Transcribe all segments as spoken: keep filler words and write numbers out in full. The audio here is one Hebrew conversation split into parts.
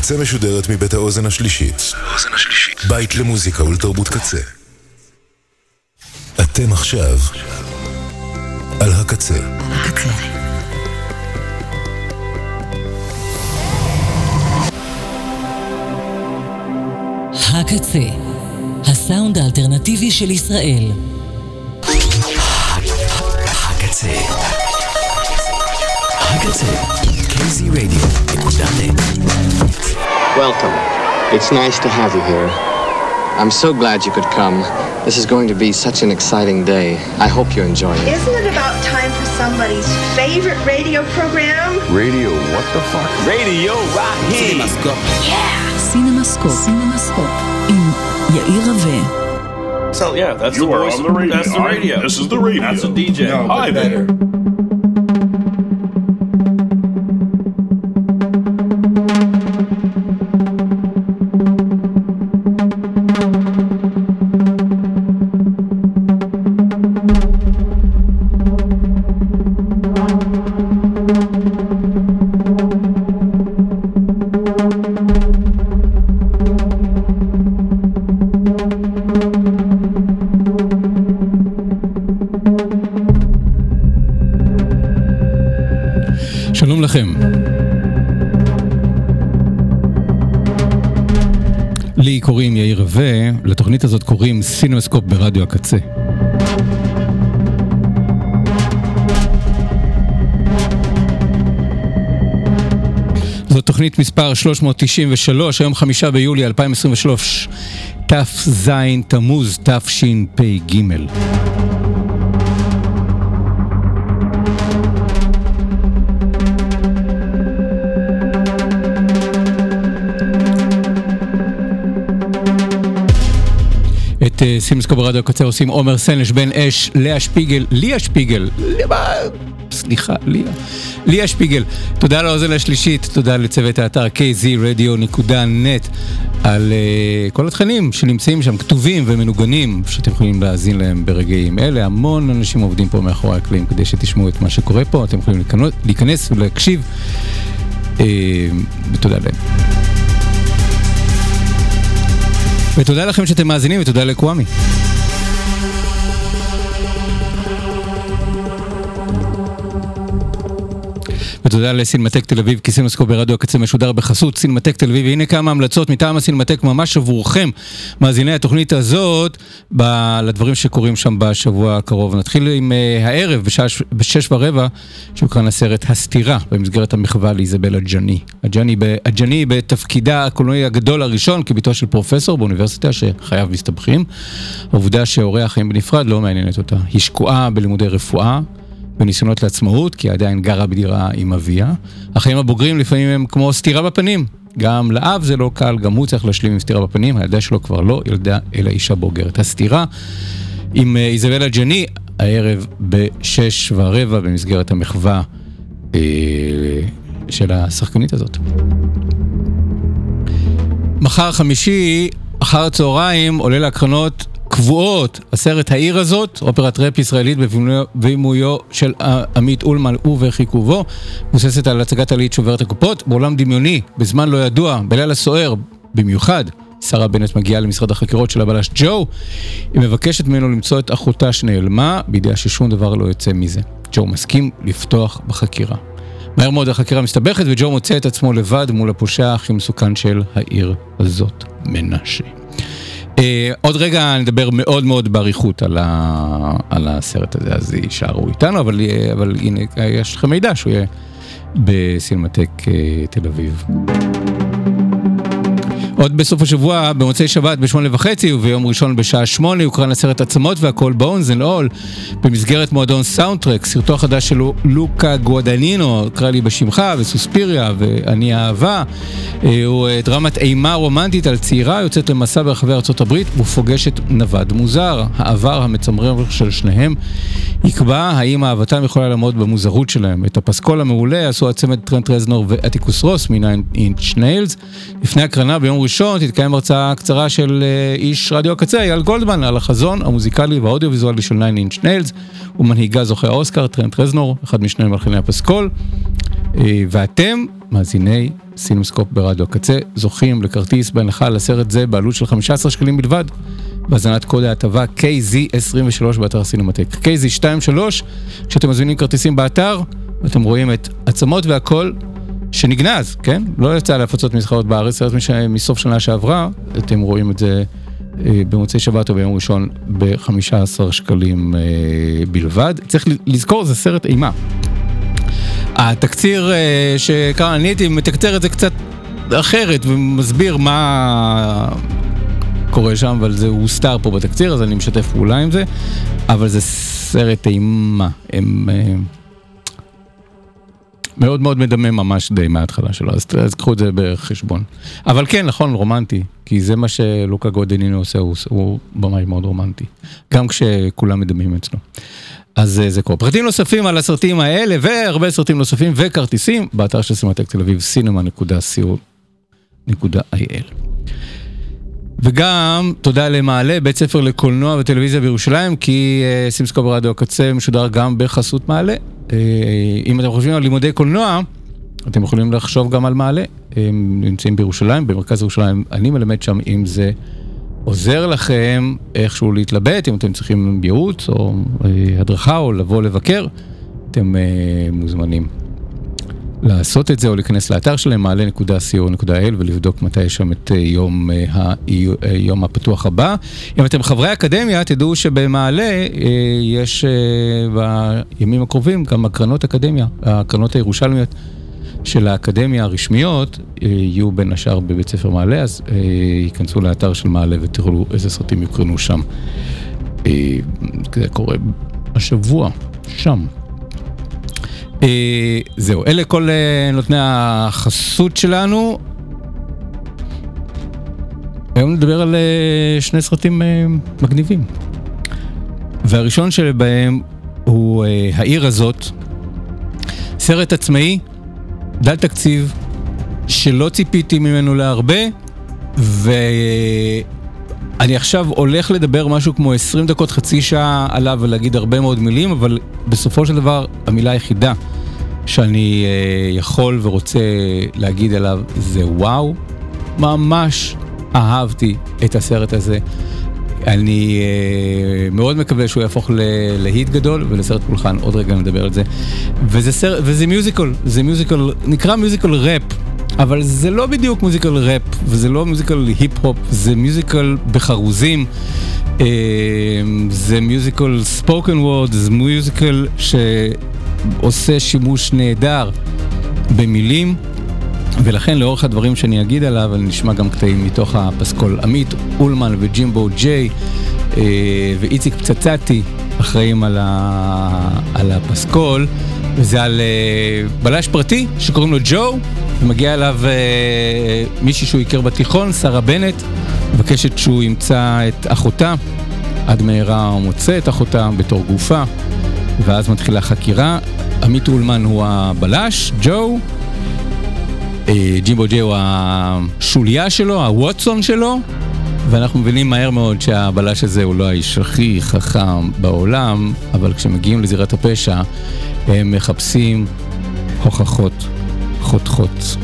הקצה משודרת מבית האוזן השלישית. בית למוזיקה ולתרבות קצה. אתם עכשיו על הקצה. הקצה. הקצה, הסאונד האלטרנטיבי של ישראל. הקצה. הקצה. K Z Radio dot net. Welcome. It's nice to have you here. I'm so glad you could come. This is going to be such an exciting day. I hope you enjoy it. Isn't it about time for somebody's favorite radio program? Radio, what the fuck? Radio right here. CinemaScope. Yeah. CinemaScope. CinemaScope. עם יאיר רווה. So yeah, that's you the are voice. On the radio. That's the radio. This is the radio. That's the D J. No, Hi there. שלום לכם. לי קוראים יאיר רווה, לתוכנית הזאת קוראים סינמסקופ ברדיו הקצה. זאת תוכנית מספר שלוש מאות תשעים ושלוש, היום חמישה ביולי אלפיים עשרים ושלוש, תש"ז תמוז תשפ"ג. את סינמסקופ ברדיו הקצה עושים עומר סנש, בן אש, לאה שפיגל, ליה שפיגל, סליחה, ליה, ליה שפיגל. תודה לאוזן השלישית, תודה לצוות האתר K Z Radio dot net על uh, כל התכנים שנמצאים שם, כתובים ומנוגנים, שאתם יכולים להאזין להם ברגעים אלה. המון אנשים עובדים פה מאחורי הקלעים כדי שתשמעו את מה שקורה פה, אתם יכולים להיכנס, להיכנס ולהקשיב, uh, ותודה להם. ותודה לכם שאתם מאזינים, ותודה לקוואמי. ותודה לסינמטק תל אביב, כי סינמסקופ ברדיו הקצה משודר בחסות סינמטק תל אביב. והנה כמה המלצות מטעם הסינמטק ממש עבורכם, מאזיני התוכנית הזאת, ב- לדברים שקורים שם בשבוע הקרוב. נתחיל עם uh, הערב, בשש, בשש ורבע, שהוקרן הסרט הסתירה, במסגרת המחווה לאיזבלה ג'ני. הג'ני, הג'ני בתפקידה הקולנועי הגדול הראשון, כביתו של פרופסור באוניברסיטה שחייו מסתבכים. העובדה שהוריה חיים בנפרד לא מעניינת אותה. היא שקועה בלימודי רפואה, בניסיונות לעצמאות, כי עדיין גרה בדירה עם אביה. החיים הבוגרים לפעמים הם כמו סתירה בפנים. גם לאב זה לא קל, גם הוא צריך להשלים עם סתירה בפנים. הילדה שלו כבר לא ילדה, אלא אישה בוגרת. הסתירה עם איזבלה ג'ני, הערב בשש ורבע, במסגרת המחווה אה, של השחקנית הזאת. מחר חמישי, אחר הצהריים, עולה להקרנות קבועות, הסרט העיר הזאת, אופרת ראפ ישראלית בבימויו של עמית אולמן ובחיכובו, מבוססת על הצגת עלית שוברת הקופות, בעולם דמיוני, בזמן לא ידוע, בלילה סוער, במיוחד, שרה בנט מגיעה למשרד החקירות של הבלש ג'ו, היא מבקשת ממנו למצוא את אחותה שנעלמה, בידיעה ששום דבר לא יוצא מזה. ג'ו מסכים לפתוח בחקירה. מהר מאוד החקירה מסתבכת, וג'ו מוצא את עצמו לבד מול הפושע הכי מסוכן של העיר הזאת, מנשה. Uh, עוד רגע נדבר מאוד מאוד בעריכות על, ה... על הסרט הזה, אז יישארו איתנו, אבל, אבל הנה, יש לכם מידע שהוא יהיה בסינמטק uh, תל אביב. עוד בסוף השבוע, במוצאי שבת בשמונה וחצי וביום ראשון בשעה שמונה, יוקרן הסרט עצמות והכל Bones and All, במסגרת מועדון סאונדטרק, סרטו החדש שלו לוקה גואדנינו, קרא לי בשמך וסוספיריה ואני אהבה. הוא דרמת אימה רומנטית על צעירה, יוצאת למסע ברחבי ארצות הברית ופוגשת נווד מוזר. העבר המצמרר של שניהם יקבע האם אהבתם יכולה לעמוד במוזרות שלהם. את הפסקול המעולה עשו הצמד טרנט רזנור ואתיקוס רוס מ-Nine Inch Nails. לפני הקרנה ביום ראשון תתקיים הרצאה קצרה של איש רדיו הקצה, אייל גולדמן, על החזון המוזיקלי והאודיו-ויזואלי של Nine Inch Nails, ומנהיגה זוכה האוסקר, טרנט רזנור, אחד משני מלחיני הפסקול. ואתם, מאזיני סינמסקופ ברדיו הקצה, זוכים לכרטיס בהנחה לסרט זה בעלות של חמישה עשר שקלים בלבד, בהזנת קוד ההטבה קיי זי עשרים ושלוש באתר סינמטק. קיי זי עשרים ושלוש, כשאתם מזמינים כרטיסים באתר, אתם רואים את עצמות והכל שנגנז, כן? לא יצא להפצות מסחרות בארץ, סרט מסוף שנה שעברה, אתם רואים את זה במוצאי שבת או ביום ראשון ב-חמישה עשר שקלים בלבד. צריך לזכור, זה סרט אימה. התקציר שכאן אני הייתי מתקצר את זה קצת אחרת ומסביר מה קורה שם, אבל זה הוסתר פה בתקציר, אז אני משתף פעולה עם זה, אבל זה סרט אימה, הם מאוד מאוד מדמם ממש די מההתחלה שלו, אז, אז קחו את זה בחשבון. אבל כן, נכון, רומנטי, כי זה מה שלוקה גואדנינו עושה, הוא, הוא במאי מאוד רומנטי, גם כשכולם מדמים אצלו. אז זה קורה. פרטים נוספים על הסרטים האלה, והרבה סרטים נוספים וכרטיסים, באתר של סינמטק תל אביב, סינמה נקודה סי או נקודה איי אל. וגם תודה למעלה, בית ספר לקולנוע וטלוויזיה בירושלים, כי סינמסקופ ברדיו הקצה משודר גם בחסות מעלה. אם אתם חושבים על לימודי קולנוע, אתם יכולים לחשוב גם על מעלה. הם נמצאים בירושלים, במרכז ירושלים. אני מלמד שם אם זה עוזר לכם איכשהו להתלבט, אם אתם צריכים ייעוץ או הדרכה או לבוא לבקר, אתם מוזמנים לעשות את זה או להיכנס לאתר שלהם, מעלה נקודה סי או נקודה איי אל, ולבדוק מתי יש שם את יום, יום הפתוח הבא. אם אתם חברי אקדמיה, תדעו שבמעלה יש בימים הקרובים גם הקרנות אקדמיה, הקרנות הירושלמיות של האקדמיה הרשמיות, יהיו בין השאר בבית ספר מעלה, אז ייכנסו לאתר של מעלה ותראו איזה סרטים יקרנו שם. זה קורה השבוע, שם. זהו, אלה כל נותני החסות שלנו. היום נדבר על שני סרטים מגניבים. והראשון שבהם הוא העיר הזאת, סרט עצמאי, דל תקציב, שלא ציפיתי ממנו להרבה, ואני עכשיו הולך לדבר משהו כמו עשרים דקות, חצי שעה עליו ולהגיד הרבה מאוד מילים, אבל בסופו של דבר המילה היחידה שאני יכול ורוצה להגיד עליו זה וואו. ממש אהבתי את הסרט הזה. אני מאוד מקווה שהוא יהפוך להיט גדול ולסרט פולחן, עוד רגע נדבר על זה. וזה סרט, וזה מיוזיקל, זה מיוזיקל, נקרא מיוזיקל ראפ, אבל זה לא בדיוק מיוזיקל ראפ, וזה לא מיוזיקל היפ-הופ, זה מיוזיקל בחרוזים, זה מיוזיקל ספוקן וורד, זה מיוזיקל שעושה שימוש נהדר במילים, ולכן לאורך הדברים שאני אגיד עליו, אני נשמע גם קטעים מתוך הפסקול. עמית אולמן וג'ימבו ג'יי ואיציק פצצתי אחראים על, ה... על הפסקול, וזה על בלש פרטי שקוראים לו ג'ו, ומגיע אליו מישהי שהוא הכיר בתיכון, שרה בנט, מבקשת שהוא ימצא את אחותה, עד מהרה הוא מוצא את אחותה בתור גופה, ואז מתחילה חקירה. עמית אולמן הוא הבלש, ג'ו, ג'ימבו ג'יי הוא השוליה שלו, הווטסון שלו, ואנחנו מבינים מהר מאוד שהבלש הזה הוא לא האיש הכי חכם בעולם, אבל כשמגיעים לזירת הפשע הם מחפשים הוכחות חותכות.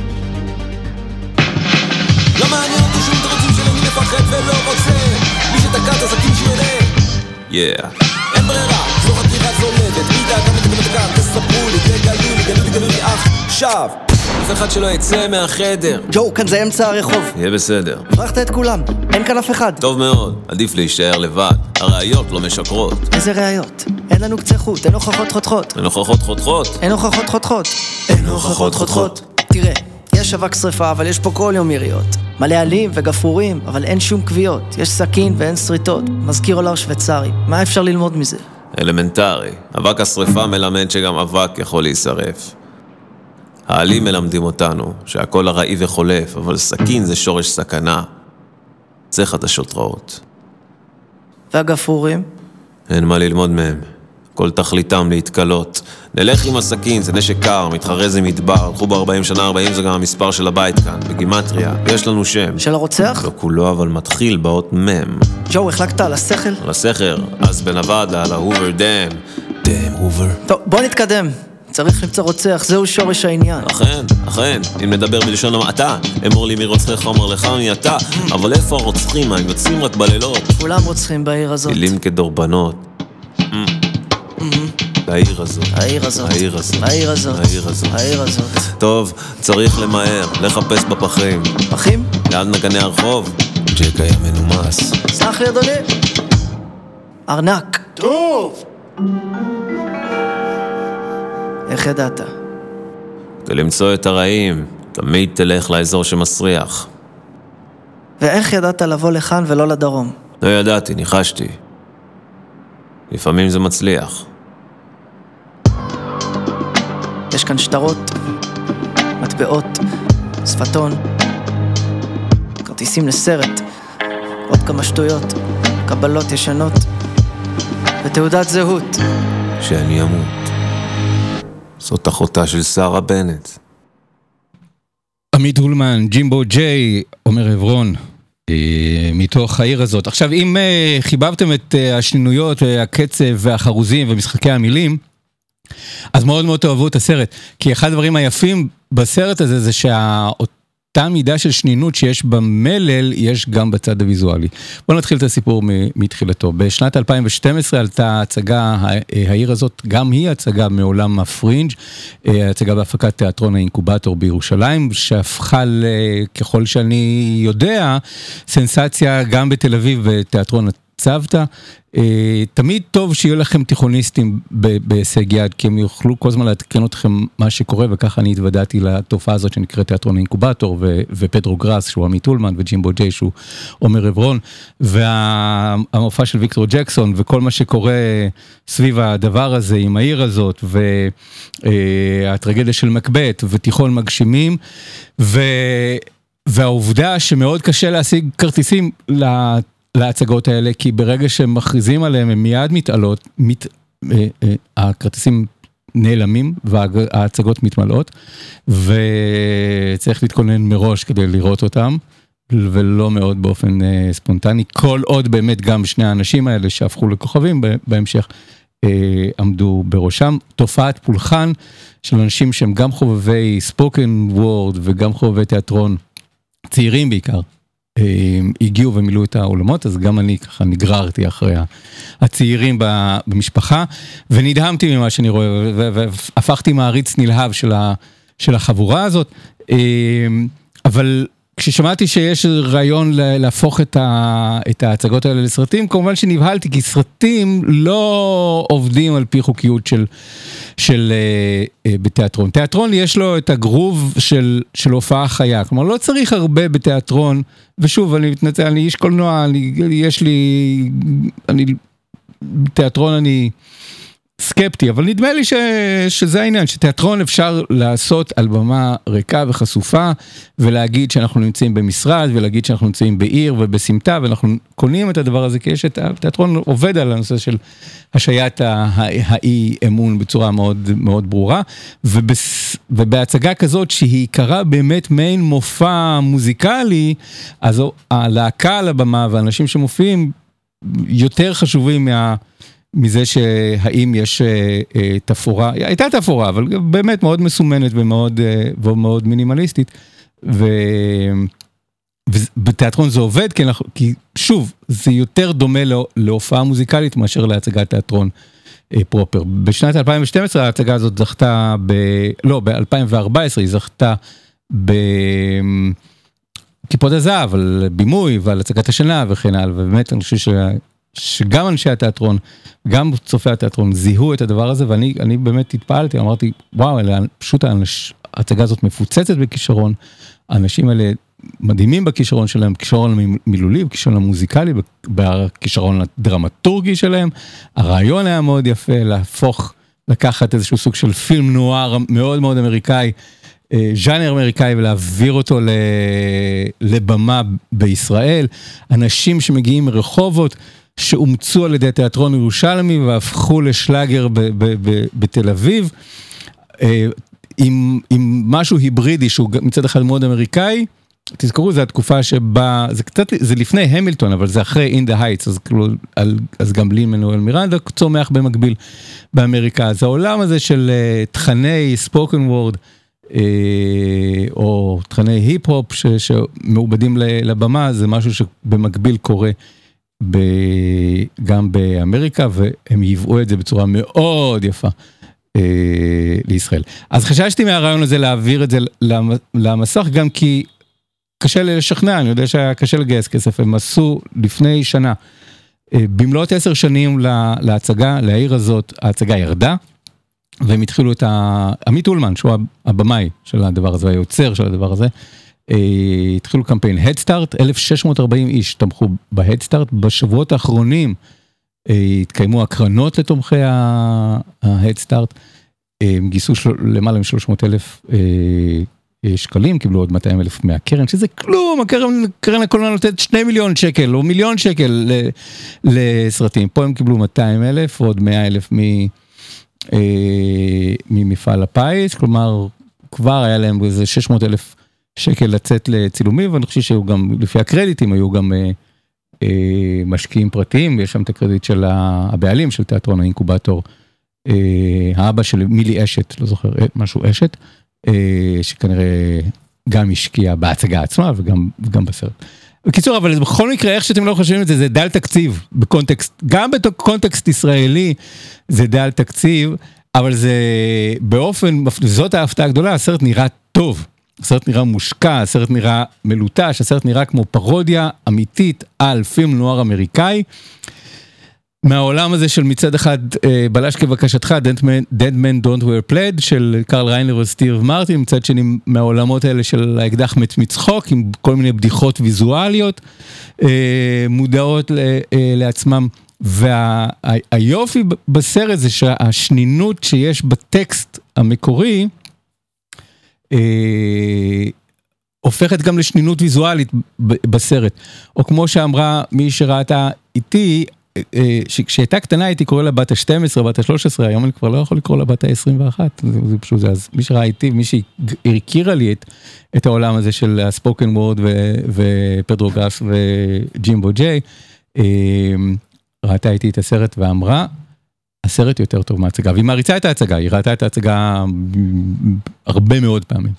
לא מעניין אותי שום תרוצים של מי מפחד ולא רוצה, מי שתקע את הזקים שיראה. Yeah. אין ברירה, זו חתירה זולדת, מי דעת גם את הקר, תספרו לי, תגלו לי, גלו לי, גלו לי עכשיו. אף אחד שלא יצא מהחדר. ג'ו, כאן זה אמצע הרחוב. יהיה בסדר. הברחת את כולם, אין כאן אף אחד. טוב מאוד, עדיף להישאר לבד. הראיות לא משקרות. איזה ראיות? אין לנו קצה חוט, אין הוכחות חותכות. אין הוכחות חותכות? אין הוכחות חותכות. אין הוכחות חותכות. תראה, יש אבק שריפה, אבל יש פה כל יום יריות. מלא עלים וגפרורים, אבל אין שום קביעות. יש סכין ואין שריטות. מזכיר עולר שוויצרי. מה אפשר ללמוד מזה? אלמנטרי. אבק השריפה מלמד שגם אבק יכול להישרף. העלים מלמדים אותנו שהכל הרעי וחולף, אבל סכין זה שורש סכנה. זה חדשות רעות. והגפרורים? אין מה ללמוד מהם. כל תכליתם להתקלות. נלך עם הסכין, זה נשק קר, מתחרה זה מדבר. הלכו ב-ארבעים שנה, ארבעים זה גם המספר של הבית כאן. בגימטריה, יש לנו שם. של הרוצח? לא כולו, אבל מתחיל באות מם. ג'ו, החלקת על השכל? על השכל, אז בנבדה, על ההובר דם. דם, הובר. טוב, בוא נתקדם. צריך למצוא רוצח, זהו שורש העניין. אכן, אכן, אם נדבר בלשון המעטה, אמור לי מי רוצחך, אומר לך מי אתה. אבל איפה הרוצחים? הם יוצאים רק בלילות. כולם רוצחים בעיר הזאת. מילים כדורבנות. העיר הזאת. העיר הזאת. העיר הזאת. העיר הזאת. העיר הזאת. העיר הזאת. טוב, צריך למהר, לחפש בפחים. פחים? ליד נגני הרחוב. ג'ק היה מנומס. סלח לי אדוני. ארנק. טוב! איך ידעת? ולמצוא את הרעים, תמיד תלך לאזור שמסריח. ואיך ידעת לבוא לכאן ולא לדרום? לא ידעתי, ניחשתי. לפעמים זה מצליח. יש כאן שטרות, מטבעות, שפתון, כרטיסים לסרט, עוד כמה שטויות, קבלות ישנות ותעודת זהות. שאני אמות. זאת אחותה של שרה בנט. עמית הולמן, ג'ימבו ג'יי, עומר עברון, מתוך העיר הזאת. עכשיו, אם חיבבתם את השנינויות, הקצב והחרוזים ומשחקי המילים, אז מאוד מאוד תאהבו את הסרט. כי אחד הדברים היפים בסרט הזה זה שאותה מידה של שנינות שיש במלל, יש גם בצד הוויזואלי. בואו נתחיל את הסיפור מתחילתו. בשנת אלפיים ושתים עשרה עלתה הצגה, העיר הזאת, גם היא הצגה מעולם הפרינג', הצגה בהפקת תיאטרון האינקובטור בירושלים, שהפכה ככל שאני יודע, סנסציה גם בתל אביב בתיאטרון צוותא. תמיד טוב שיהיו לכם תיכוניסטים בהישג יד, כי הם יוכלו כל הזמן להתקן אתכם מה שקורה, וככה אני התוודעתי לתופעה הזאת שנקראת תיאטרון האינקובטור, ופדרו גראס, שהוא עמית הולמן, וג'ימבו ג'יי, שהוא עומר עברון, והמופע של ויקטור ג'קסון, וכל מה שקורה סביב הדבר הזה, עם העיר הזאת, והטרגדיה של מקבט, ותיכון מגשימים, והעובדה שמאוד קשה להשיג כרטיסים לתיכון, להצגות האלה, כי ברגע שהם מכריזים עליהם, הם מיד מתעלות, מת, אה, אה, הכרטיסים נעלמים, וההצגות מתמלאות, וצריך להתכונן מראש כדי לראות אותם, ולא מאוד באופן אה, ספונטני, כל עוד באמת גם שני האנשים האלה שהפכו לכוכבים בהמשך, אה, עמדו בראשם. תופעת פולחן של אנשים שהם גם חובבי ספוקן וורד, וגם חובבי תיאטרון, צעירים בעיקר, הגיעו ומילאו את העולמות, אז גם אני ככה נגררתי אחרי הצעירים במשפחה, ונדהמתי ממה שאני רואה, והפכתי מעריץ נלהב של החבורה הזאת, אבל כששמעתי שיש רעיון להפוך את ההצגות האלה לסרטים, כמובן שנבהלתי, כי סרטים לא עובדים על פי חוקיות של, של בתיאטרון. תיאטרון יש לו את הגרוב של, של הופעה חיה, כלומר לא צריך הרבה בתיאטרון, ושוב, אני מתנצל, אני איש קולנוע, אני, יש לי, אני, בתיאטרון אני סקפטי, אבל נדמה לי ש, שזה העניין, שתיאטרון אפשר לעשות על במה ריקה וחשופה, ולהגיד שאנחנו נמצאים במשרד, ולהגיד שאנחנו נמצאים בעיר ובסמטה, ואנחנו קונים את הדבר הזה, כי יש את התיאטרון עובד על הנושא של השעיית האי אמון בצורה מאוד, מאוד ברורה, ובס, ובהצגה כזאת שהיא קרה באמת מעין מופע מוזיקלי, אז הלהקה על הבמה והאנשים שמופיעים יותר חשובים מה... מזה שהאם יש אה, תפורה, הייתה תפורה, אבל באמת מאוד מסומנת ומאוד, אה, ומאוד מינימליסטית, ו... ובתיאטרון זה עובד, כי, אנחנו, כי שוב, זה יותר דומה לא, להופעה מוזיקלית מאשר להצגת תיאטרון אה, פרופר. בשנת אלפיים ושתים עשרה ההצגה הזאת זכתה, ב... לא, ב-אלפיים וארבע עשרה היא זכתה בכיפות הזהב, על בימוי ועל הצגת השנה וכן הלאה, ובאמת אני חושב ש... שגם אנשי התיאטרון, גם צופי התיאטרון, זיהו את הדבר הזה, ואני אני באמת התפעלתי, אמרתי, וואו, אלה, פשוט ההצגה הזאת מפוצצת בכישרון, האנשים האלה מדהימים בכישרון שלהם, בכישרון מילולי, בכישרון המוזיקלי, בכישרון הדרמטורגי שלהם, הרעיון היה מאוד יפה, להפוך, לקחת איזשהו סוג של פילם נואר מאוד מאוד אמריקאי, ז'אנר אמריקאי, ולהעביר אותו לבמה בישראל, אנשים שמגיעים מרחובות, שאומצו על ידי תיאטרון ירושלמי, והפכו לשלאגר בתל אביב, עם, עם משהו היברידי, שהוא מצד אחד מאוד אמריקאי, תזכרו, זו התקופה שבה, זה קצת, זה לפני המילטון, אבל זה אחרי In the Heights, אז, כאילו, אז גם לין מנואל מירנדה צומח במקביל באמריקה. אז העולם הזה של uh, תכני ספוקן וורד, uh, או תכני היפ-הופ ש, שמעובדים לבמה, זה משהו שבמקביל קורה ב, גם באמריקה, והם ייבאו את זה בצורה מאוד יפה. לישראל. אז חששתי מהרעיון הזה להעביר את זה למסך, גם כי קשה לשכנע, אני יודע שהיה קשה לגייס כסף, הם עשו לפני שנה, במלאת עשר שנים להצגה, לעיר הזאת, ההצגה ירדה, והם התחילו את עמית אולמן, שהוא הבמאי של הדבר הזה, היוצר של הדבר הזה, התחילו קמפיין הדסטארט, אלף שש מאות וארבעים איש תמכו בהדסטארט, בשבועות האחרונים, התקיימו הקרנות לתומכי ההדסטארט, הם גייסו למעלה מ-שלוש מאות אלף שקלים, קיבלו עוד מאתיים אלף מהקרן, שזה כלום, הקרן הקולנוע נותנת שני מיליון שקל, או מיליון שקל לסרטים, פה הם קיבלו מאתיים אלף, ועוד מאה אלף ממפעל הפיס, כלומר, כבר היה להם איזה שש מאות אלף שקל לצאת לצילומים, ואני חושב שהיו גם, לפי הקרדיטים, היו גם משקיעים פרטיים, יש שם את הקרדיט של הבעלים של תיאטרון האינקובטור, האבא של מילי אשת, לא זוכר, משהו אשת, שכנראה גם השקיע בהצגה עצמה וגם, וגם בסרט. בקיצור, אבל בכל מקרה, איך שאתם לא חושבים את זה, זה דל תקציב בקונטקסט, גם בקונטקסט ישראלי זה דל תקציב, אבל זה באופן, זאת ההפתעה הגדולה, הסרט נראה טוב. הסרט נראה מושקע, הסרט נראה מלוטש, הסרט נראה כמו פרודיה אמיתית על פילם נואר אמריקאי, מהעולם הזה של מצד אחד בלש כבקשתך, Dead Man Don't Wear Plaid, של קרל ריינר וסטיב מרטין, מצד שני מהעולמות האלה של האקדח מת מצחוק, עם כל מיני בדיחות ויזואליות, מודעות לעצמם, והיופי בסרט זה שהשנינות שיש בטקסט המקורי, הופכת גם לשנינות ויזואלית בסרט, או כמו שאמרה מי שראתה איתי, שכשהייתה קטנה הייתי קורא לה בת ה-שתים עשרה, בת ה-שלוש עשרה, היום אני כבר לא יכול לקרוא לה בת ה-עשרים ואחת, זה פשוט זה, אז מי שראה איתי, מי שהכירה לי את, את העולם הזה של הספוקן וורד ופדרו גראס וג'ימבו ג'יי, ראתה איתי את הסרט ואמרה, הסרט יותר טוב מההצגה, והיא מעריצה את ההצגה, היא ראתה את ההצגה הרבה מאוד פעמים.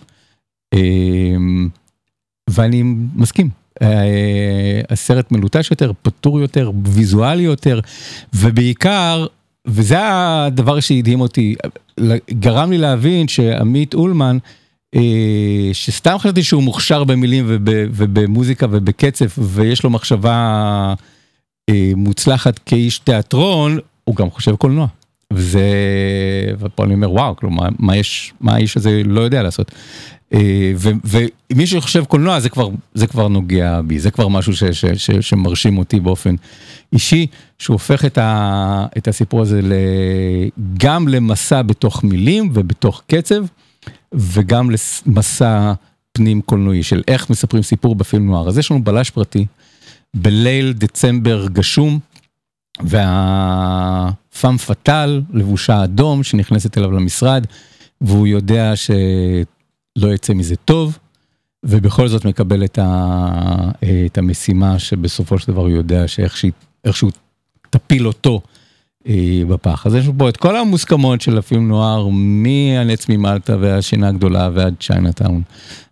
ואני מסכים, הסרט מלוטש יותר, פתור יותר, ויזואלי יותר, ובעיקר, וזה הדבר שהדהים אותי, גרם לי להבין שעמית אולמן, שסתם חשבתי שהוא מוכשר במילים ובמוזיקה ובקצב, ויש לו מחשבה מוצלחת כאיש תיאטרון, הוא גם חושב קולנוע, וזה, ופה אני אומר, וואו, כלומר, מה יש, מה האיש הזה לא יודע לעשות, ומי שחושב קולנוע, זה כבר, זה כבר נוגע בי, זה כבר משהו ש, ש, ש, שמרשים אותי באופן אישי, שהוא הופך את, ה, את הסיפור הזה גם למסע בתוך מילים ובתוך קצב, וגם למסע פנים קולנועי, של איך מספרים סיפור בפילם נוער. אז יש לנו בלש פרטי, בליל דצמבר גשום, והפאם פטל, לבושה אדום, שנכנסת אליו למשרד, והוא יודע שלא יצא מזה טוב, ובכל זאת מקבל את, ה, את המשימה, שבסופו של דבר הוא יודע שאיכשהו תפיל אותו בפח. אז יש פה את כל המוסכמות של הפילם נוער, מהנץ ממלטה והשינה הגדולה ועד צ'יינאטאון,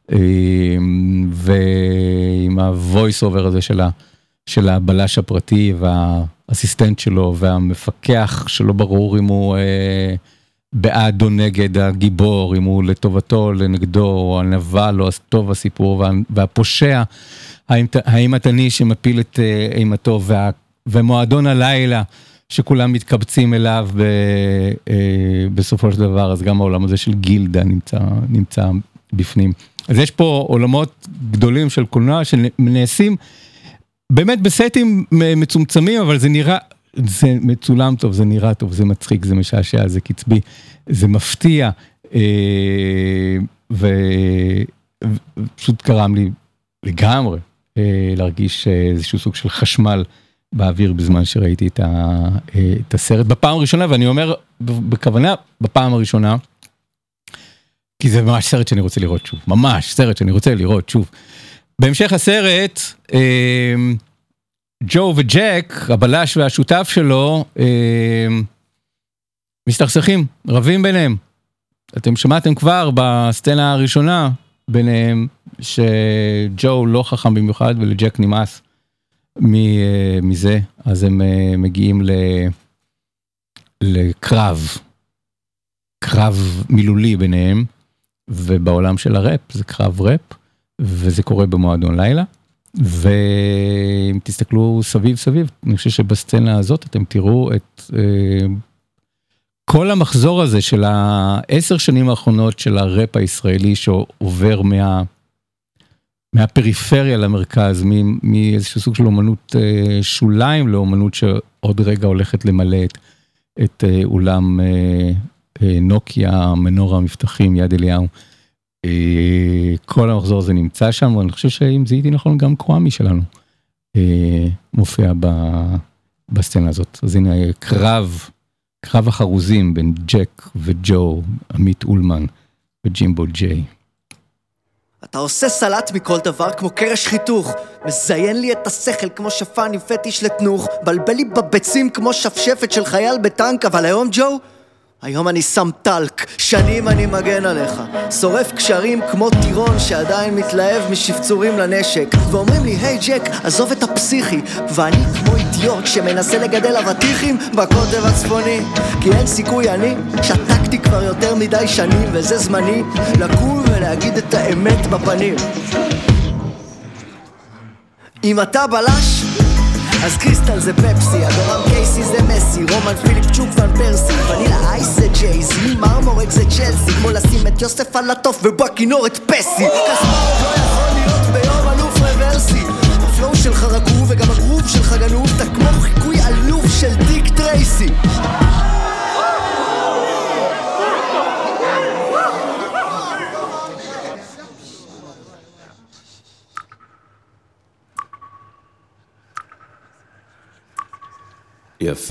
ועם הוויס אובר הזה שלה, של הבלש הפרטי והאסיסטנט שלו והמפקח שלא ברור אם הוא אה, בעד או נגד הגיבור, אם הוא לטובתו, לנגדו, או הנבל או טוב הסיפור, וה, והפושע, האימתני שמפיל את אה, אימתו, וה, ומועדון הלילה שכולם מתקבצים אליו ב, אה, בסופו של דבר, אז גם העולם הזה של גילדה נמצא, נמצא בפנים. אז יש פה עולמות גדולים של קולנוע שנעשים, באמת בסטים מצומצמים, אבל זה נראה, זה מצולם טוב, זה נראה טוב, זה מצחיק, זה משעשע, זה קצבי, זה מפתיע, ופשוט קרם לי לגמרי להרגיש איזשהו סוג של חשמל באוויר בזמן שראיתי את הסרט בפעם הראשונה, ואני אומר בכוונה בפעם הראשונה, כי זה ממש סרט שאני רוצה לראות שוב, ממש סרט שאני רוצה לראות שוב. בהמשך הסרט, ג'ו וג'ק, הבלש והשותף שלו, מסתכסכים, רבים ביניהם. אתם שמעתם כבר בסצנה הראשונה ביניהם, שג'ו לא חכם במיוחד ולג'ק נמאס מזה, אז הם מגיעים לקרב, קרב מילולי ביניהם, ובעולם של הראפ, זה קרב ראפ, וזה קורה במועדון לילה, ואם תסתכלו סביב סביב, אני חושב שבסצנה הזאת אתם תראו את כל המחזור הזה של העשר שנים האחרונות של הראפ הישראלי, שעובר מה... מהפריפריה למרכז, מאיזשהו סוג של אומנות שוליים לאומנות שעוד רגע הולכת למלא את, את אולם נוקיה, מנור המבטחים, יד אליהו. כל המחזור הזה נמצא שם, ואני חושב שאם זיהיתי נכון, גם קוואמי שלנו מופיע בסצנה הזאת. אז הנה קרב, קרב החרוזים בין ג'ק וג'ו, עמית אולמן וג'ימבו ג'יי. אתה עושה סלט מכל דבר כמו קרש חיתוך, מזיין לי את השכל כמו שפן עם פטיש לתנוך, בלבל לי בביצים כמו שפשפת של חייל בטנק. אבל היום ג'ו, היום אני שם טלק, שנים אני מגן עליך, שורף קשרים כמו טירון שעדיין מתלהב משפצורים לנשק, ואומרים לי היי ג'ק עזוב את הפסיכי, ואני כמו אידיוט שמנסה לגדל אבטיחים בקוטב הצפוני, כי אין סיכוי, אני שתקתי כבר יותר מדי שנים, וזה זמני לקום ולהגיד את האמת בפנים. אם אתה בלש אז קריסטל זה פפסי, אדורם קייסי זה מסי, רומן פיליפ צ'וק ון פרסי, ונילה אייס זה ג'ייזי, מרמורק זה צ'לסי, כמו לשים את יוסף על הטוף ובקינור את פסי. קספרוב לא יכול להיות ביום אלוף רוורסי, הפלואו שלך רגוב וגם הגרוב שלך גנוב, אתה כמו חיקוי אלוף של דיק טרייסי. יפה.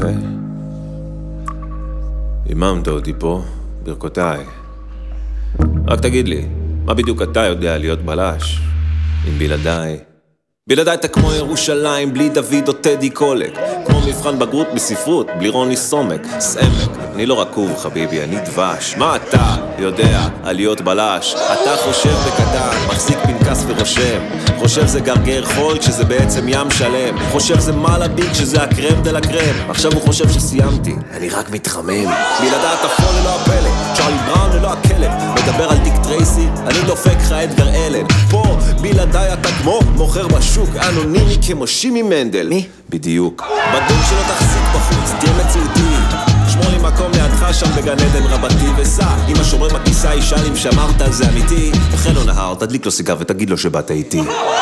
איממת אותי פה, ברכותיי. רק תגיד לי, מה בדיוק אתה יודע להיות בלש? עם בלעדיי. בלעדיי אתה כמו ירושלים, בלי דוד או טדי קולק. כמו מבחן בגרות בספרות, בלי רוני סומק. סמק, אני לא רקוב חביבי, אני דבש. מה אתה יודע על להיות בלש? אתה חושב בקטן, מחזיק פנקס ורושם. חושב זה גרגר חול כשזה בעצם ים שלם. חושב זה מלאביק כשזה הקרם דל הקרם. עכשיו הוא חושב שסיימתי, אני רק מתחמם. בלעדיי אתה פול ללא הפלא, צ'רלי בראון ללא הכלב. מדבר על דיק טרייסי, אני דופק לך אדגר אלן. פה בלעדיי אתה כמו מוכר בשוק, אנונימי כמו שימי מנדל. מי? בדיוק. בדוק שלא תחזיק בחוץ, תהיה מציאותי. שמור לי מקום לידך שם בגן עדן רבתי וסע. אם השומר בכיסה ישאל אם שמרת על זה אמיתי, אחרי לא נהר, תדליק לו סיגר ותגיד לו שבאת איתי.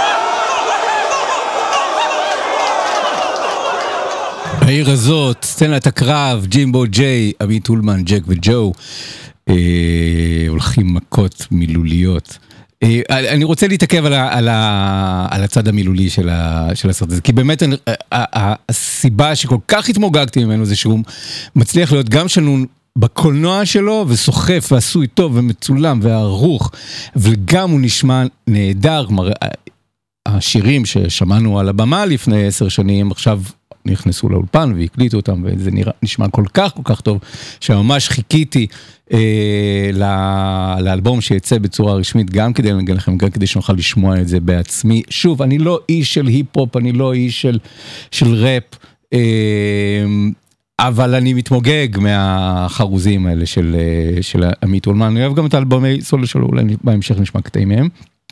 העיר הזאת, סצנת הקרב, ג'ימבו ג'יי, עמית אולמן, ג'ק וג'ו, אה, הולכים מכות מילוליות. אה, אני רוצה להתעכב על, ה, על, ה, על הצד המילולי של, ה, של הסרט הזה, כי באמת אני, הסיבה שכל כך התמוגגתי ממנו זה שהוא מצליח להיות גם שנון בקולנוע שלו, וסוחף ועשוי טוב ומצולם וערוך, וגם הוא נשמע נהדר. כלומר, השירים ששמענו על הבמה לפני עשר שנים, עכשיו נכנסו לאולפן והקליטו אותם, וזה נראה, נשמע כל כך כל כך טוב, שממש חיכיתי אה, לאלבום שיצא בצורה רשמית, גם כדי לנגן לכם, גם כדי שנוכל לשמוע את זה בעצמי. שוב, אני לא איש של היפ-הופ, אני לא איש של, של ראפ, אה, אבל אני מתמוגג מהחרוזים האלה של, של עמית אולמן. אני אוהב גם את האלבומי סולו שלו, אולי בהמשך נשמע קטעים מהם.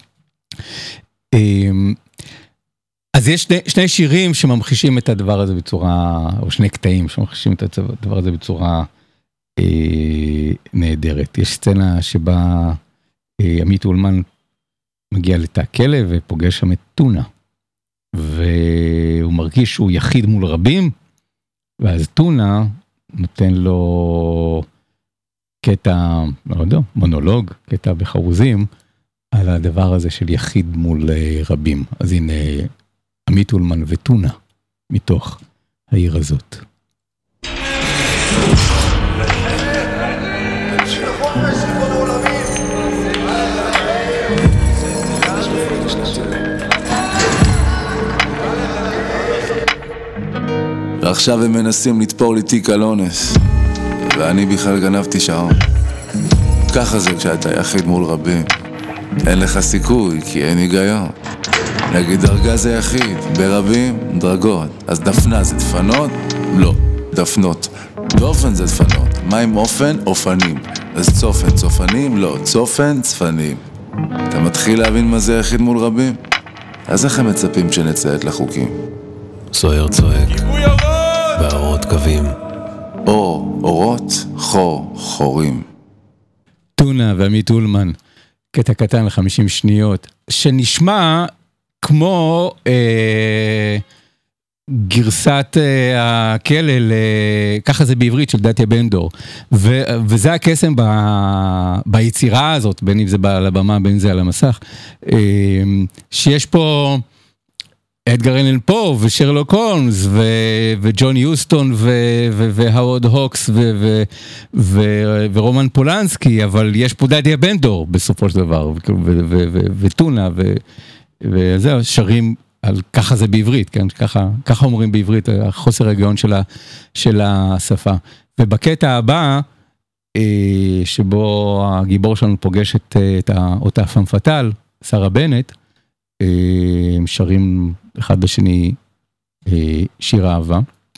אז יש שני, שני שירים שממחישים את הדבר הזה בצורה, או שני קטעים שממחישים את הדבר הזה בצורה אה, נהדרת. יש סצנה שבה אה, עמית אולמן מגיע לתא כלב ופוגש שם את טונה, והוא מרגיש שהוא יחיד מול רבים, ואז טונה נותן לו קטע, לא יודע, מונולוג, קטע בחרוזים, על הדבר הזה של יחיד מול רבים. אז הנה עמית אולמן וטונה מתוך העיר הזאת. עכשיו הם מנסים לתפור לי תיק על אונס, ואני בכלל גנבתי שעון. ככה זה כשאתה יחיד מול רבים, אין לך סיכוי כי אין היגיון. נגיד דרגה זה יחיד, ברבים דרגות. אז דפנה זה דפנות? לא, דפנות. דופן זה דפנות. מה עם אופן? אופנים. אז צופן צופנים? לא, צופן צפנים. אתה מתחיל להבין מה זה יחיד מול רבים? אז איך הם מצפים שנציית לחוקים? סוער צועק באורות קווים, אור, אורות, חור, חורים. טונה ועמית אולמן, קטע קטן ל-חמישים שניות, שנשמע כמו אה, גרסת אה, הכלל, אה, ככה זה בעברית של דתיה בן-דור, ו, וזה הקסם ב, ביצירה הזאת, בין אם זה על הבמה, בין אם זה על המסך, אה, שיש פה אדגר אלן פו ושרלוק הולמס ו, וג'ון יוסטון ו, ו, והאורד הוקס ו, ו, ו, ורומן פולנסקי, אבל יש פה דתיה בן-דור בסופו של דבר, ו, ו, ו, ו, וטונה ו... וזהו, שרים על ככה זה בעברית, כן? ככה, ככה אומרים בעברית, החוסר הגיון של, ה, של השפה. ובקטע הבא, אה, שבו הגיבור שלנו פוגש את, את אותה פם פטל, שרה בנט, אה, שרים אחד לשני אה, שיר אהבה,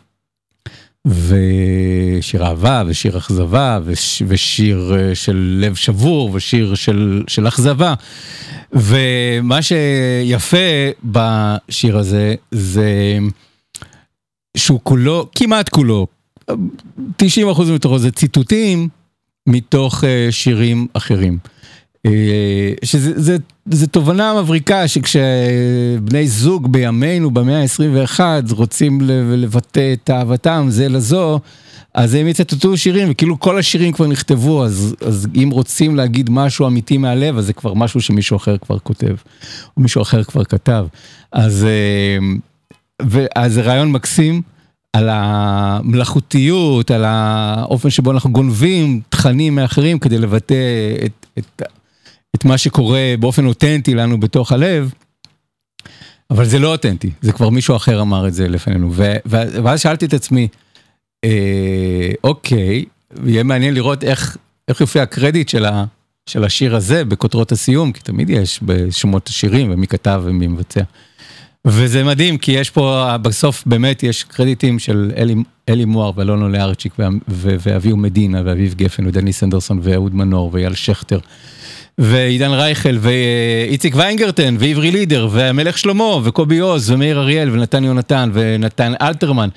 ושיר אהבה, ושיר אכזבה, וש, ושיר של לב שבור, ושיר של, של אכזבה. ומה שיפה בשיר הזה, זה שהוא כולו, כמעט כולו, תשעים אחוז מתוכו זה ציטוטים מתוך שירים אחרים. שזה זה, זה תובנה מבריקה שכשבני זוג בימינו במאה ה-עשרים ואחת רוצים לבטא את אהבתם זה לזו, אז הם יצטטו שירים, וכאילו כל השירים כבר נכתבו, אז, אז אם רוצים להגיד משהו אמיתי מהלב, אז זה כבר משהו שמישהו אחר כבר כותב, או מישהו אחר כבר כתב. אז, אז זה רעיון מקסים על המלאכותיות, על האופן שבו אנחנו גונבים תכנים מאחרים, כדי לבטא את, את, את מה שקורה באופן אותנטי לנו בתוך הלב, אבל זה לא אותנטי, זה כבר מישהו אחר אמר את זה לפנינו. ו, ואז שאלתי את עצמי, אה, אוקיי, יהיה מעניין לראות איך, איך יופיע הקרדיט של, ה, של השיר הזה בכותרות הסיום, כי תמיד יש בשמות השירים, ומי כתב ומי מבצע. וזה מדהים, כי יש פה, בסוף באמת יש קרדיטים של אלי, אלי מואר ואלונו לארצ'יק, ואביו מדינה, ואביב גפן, ודני סנדרסון, ואהוד מנור, ואייל שכטר, ועידן רייכל, ואיציק ויינגרטן, ועברי לידר, והמלך שלמה, וקובי עוז, ומאיר אריאל, ונתן יונתן, ונתן אלתרמן,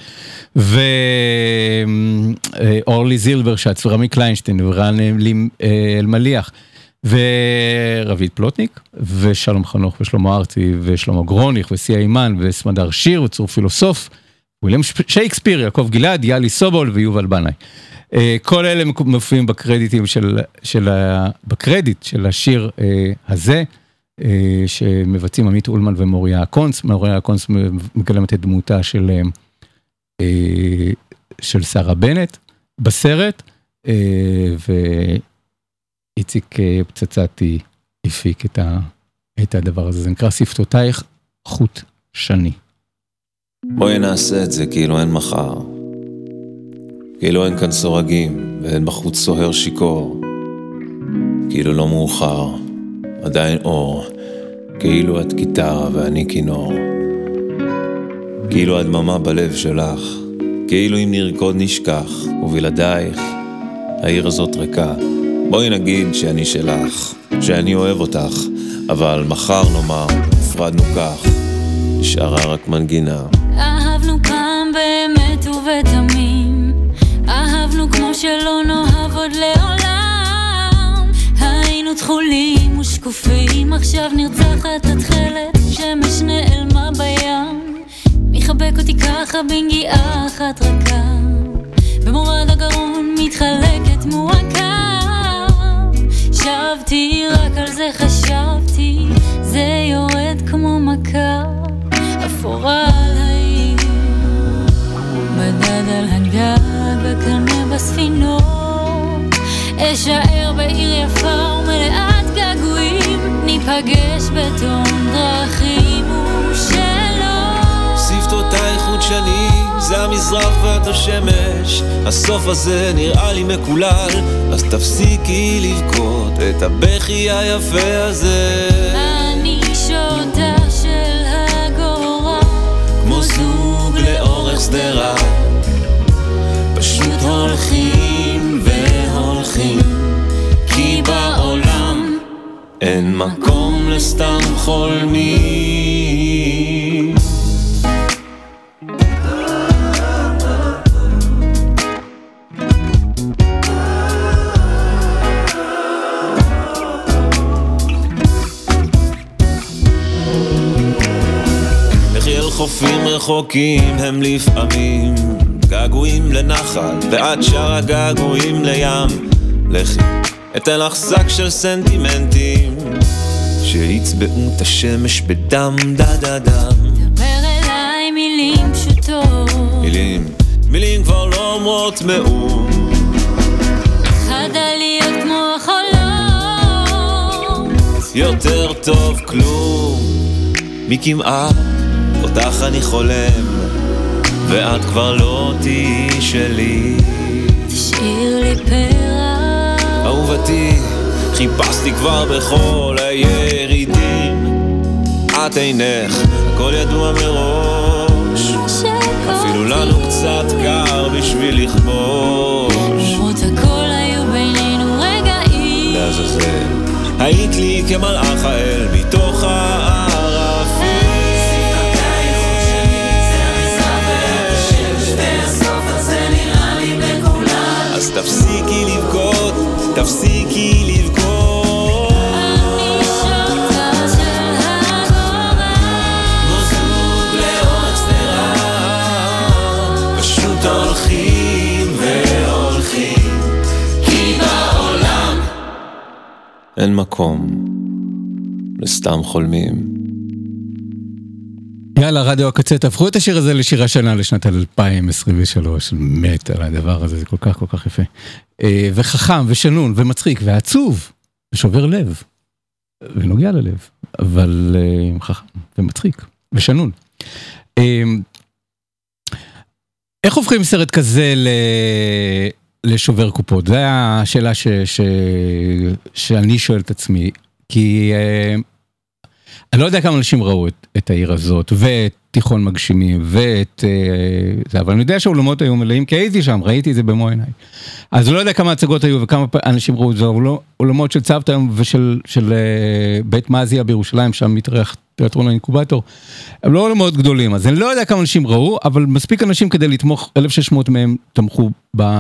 ואורלי זילברשץ, ורמי קליינשטיין, ורן אלמליח, ורבית פלוטניק, ושלום חנוך, ושלמה ארצי, ושלמה גרוניך, וסיה אימן, וסמדר שיר, וצור פילוסוף, וויליאם שייקספיר, יעקב גלעד, יאלי סובול, ויובל בנאי. כל אלה מופיעים בקרדיטים של, של, בקרדיט של השיר הזה, שמבצעים עמית אולמן ומוריה הקונס. מוריה הקונס מגלמת את דמותה של, של שרה בנט בסרט, ואיציק פצצתי הפיק את, ה, את הדבר הזה. זה נקרא שפתותייך חוט שני. בואי נעשה את זה כאילו אין מחר. כאילו אין כאן סורגים, ואין בחוץ סוהר שיקור. כאילו לא מאוחר, עדיין אור. כאילו את גיטרה ואני כינור. כאילו הדממה בלב שלך. כאילו אם נרקוד נשכח, ובלעדייך, העיר הזאת ריקה. בואי נגיד שאני שלך, שאני אוהב אותך, אבל מחר נאמר, הפרדנו כך, נשארה רק מנגינה. אהבנו פעם באמת ובתמים, אהבנו כמו שלא נאהב עוד לעולם. היינו תחולים ושקופים, עכשיו נרצחת התחלת, שמש נעלמה בים. מחבק אותי ככה בנגיעה אחת רכה, במורד הגרון מתחלקת מועקה. שבתי רק על זה חשבתי, זה יורד כמו מכה. אפורה על העיר, בדד על הגג, הקנה בספינות. אשאר בעיר יפה ומלאת געגועים, ניפגש בתום דרכים ושלום. שפתותייך חוט שני, זה המזרח המזרח ואת השמש, הסוף הזה נראה לי מקולל, אז תפסיקי לבכות את הבכי היפה הזה. אני שוטה של הגורל, כמו זוג לאורך סדרה, פשוט הולכים והולכים, כי בעולם אין מקום לסתם חולמים. חופים רחוקים הם לפעמים געגועים לנחל, ואת שרה געגועים לים. לכי אתן לך שק של סנטימנטים שיצבעו את השמש בדם דה דה דם. דבר אליי מילים פשוטות, מילים, מילים כבר לא אומרות מאום, חדה להיות כמו החלום, יותר טוב כלום מכמעט אותך אני חולם, ואת כבר לא תהי שלי. תשאיר לי פרח אהובתי, חיפשתי כבר בכל הירידים, את אינך, הכל ידוע מראש, אפילו לנו קצת קר בשביל לכבוש. למרות הכל היו בינינו רגעים, לעזאזל היית לי כמלאך האל מתוך הערפים. אז תפסיקי לבכות, תפסיקי לבכות. אני שוטה של הגורל, כמו זוג לאורך סדרה, פשוט הולכים והולכים, כי בעולם אין מקום לסתם חולמים. יאללה, רדיו הקצה, תהפכו את השיר הזה לשיר השנה לשנת אלפיים עשרים ושלוש, מת על הדבר הזה, זה כל כך כל כך יפה. וחכם ושנון ומצחיק ועצוב, ושובר לב, ונוגע ללב, אבל חכם ומצחיק ושנון. איך הופכים סרט כזה לשובר קופות? זו השאלה שאני שואל את עצמי, כי אני לא יודע כמה אנשים ראו את, את העיר הזאת, ואת תיכון מגשימים, ואת זה, אבל אני יודע שהאולמות היו מלאים, כי הייתי שם, ראיתי את זה במו עיניי. אז לא יודע כמה הצגות היו, וכמה אנשים ראו את זה, אולמות של צוותא ושל של, בית מזיה בירושלים, שם מתארח תיאטרון האינקובטור, הם לא אולמות גדולים, אז אני לא יודע כמה אנשים ראו, אבל מספיק אנשים כדי לתמוך, אלף ושש מאות מהם תמכו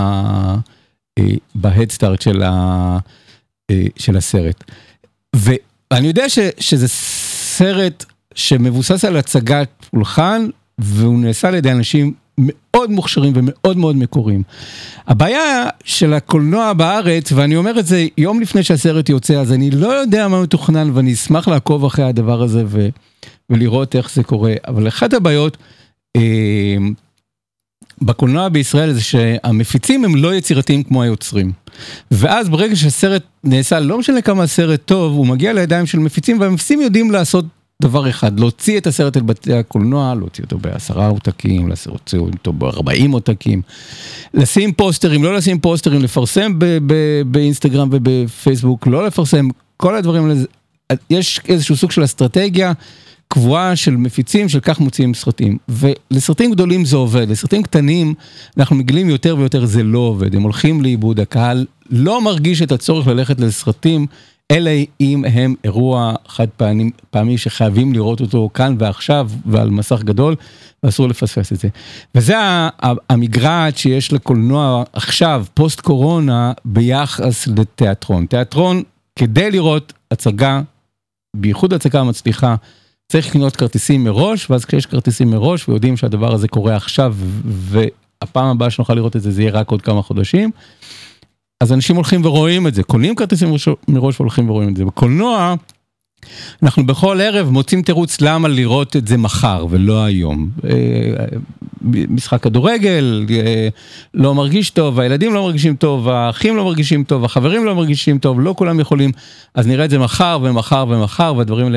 בהדסטארט של, של הסרט. ואני יודע ש, שזה סרט שמבוסס על הצגת פולחן, והוא נעשה על ידי אנשים מאוד מוכשרים ומאוד מאוד מקוריים. הבעיה של הקולנוע בארץ, ואני אומר את זה יום לפני שהסרט יוצא, אז אני לא יודע מה מתוכנן, ואני אשמח לעקוב אחרי הדבר הזה, ו, ולראות איך זה קורה. אבל אחת הבעיות אה, בקולנוע בישראל, זה שהמפיצים הם לא יצירתיים כמו היוצרים. ואז ברגע שהסרט נעשה, לא משנה כמה הסרט טוב, הוא מגיע לידיים של מפיצים, והמפיצים יודעים לעשות דבר אחד, להוציא את הסרט אל בתי הקולנוע, להוציא אותו בעשרה עותקים, להוציא אותו בארבעים עותקים, לשים פוסטרים, לא לשים פוסטרים, לפרסם באינסטגרם ובפייסבוק, לא לפרסם, כל הדברים האלה, יש איזשהו סוג של אסטרטגיה קבועה של מפיצים, של כך מוציאים סרטים, ולסרטים גדולים זה עובד, לסרטים קטנים אנחנו מגלים יותר ויותר זה לא עובד, הם הולכים לאיבוד, הקהל לא מרגיש את הצורך ללכת לסרטים, אלא אם הם אירוע חד פעמי, פעמי שחייבים לראות אותו כאן ועכשיו ועל מסך גדול, ואסור לפספס את זה. וזה המגרעת שיש לקולנוע עכשיו, פוסט קורונה, ביחס לתיאטרון. תיאטרון, כדי לראות הצגה, בייחוד הצגה המצליחה, צריך לקנות כרטיסים מראש, ואז כשיש כרטיסים מראש, ויודעים שהדבר הזה קורה עכשיו, והפעם הבאה שנוכל לראות את זה, זה יהיה רק עוד כמה חודשים, אז אנשים הולכים ורואים את זה, קונים כרטיסים מראש והולכים ורואים את זה. בקולנוע, אנחנו בכל ערב מוצאים תירוץ למה לראות את זה מחר ולא היום. משחק כדורגל, לא מרגיש טוב, הילדים לא מרגישים טוב, האחים לא מרגישים טוב, החברים לא מרגישים טוב, לא כולם יכולים, אז נראה את זה מחר ומחר ומחר, והדברים האלה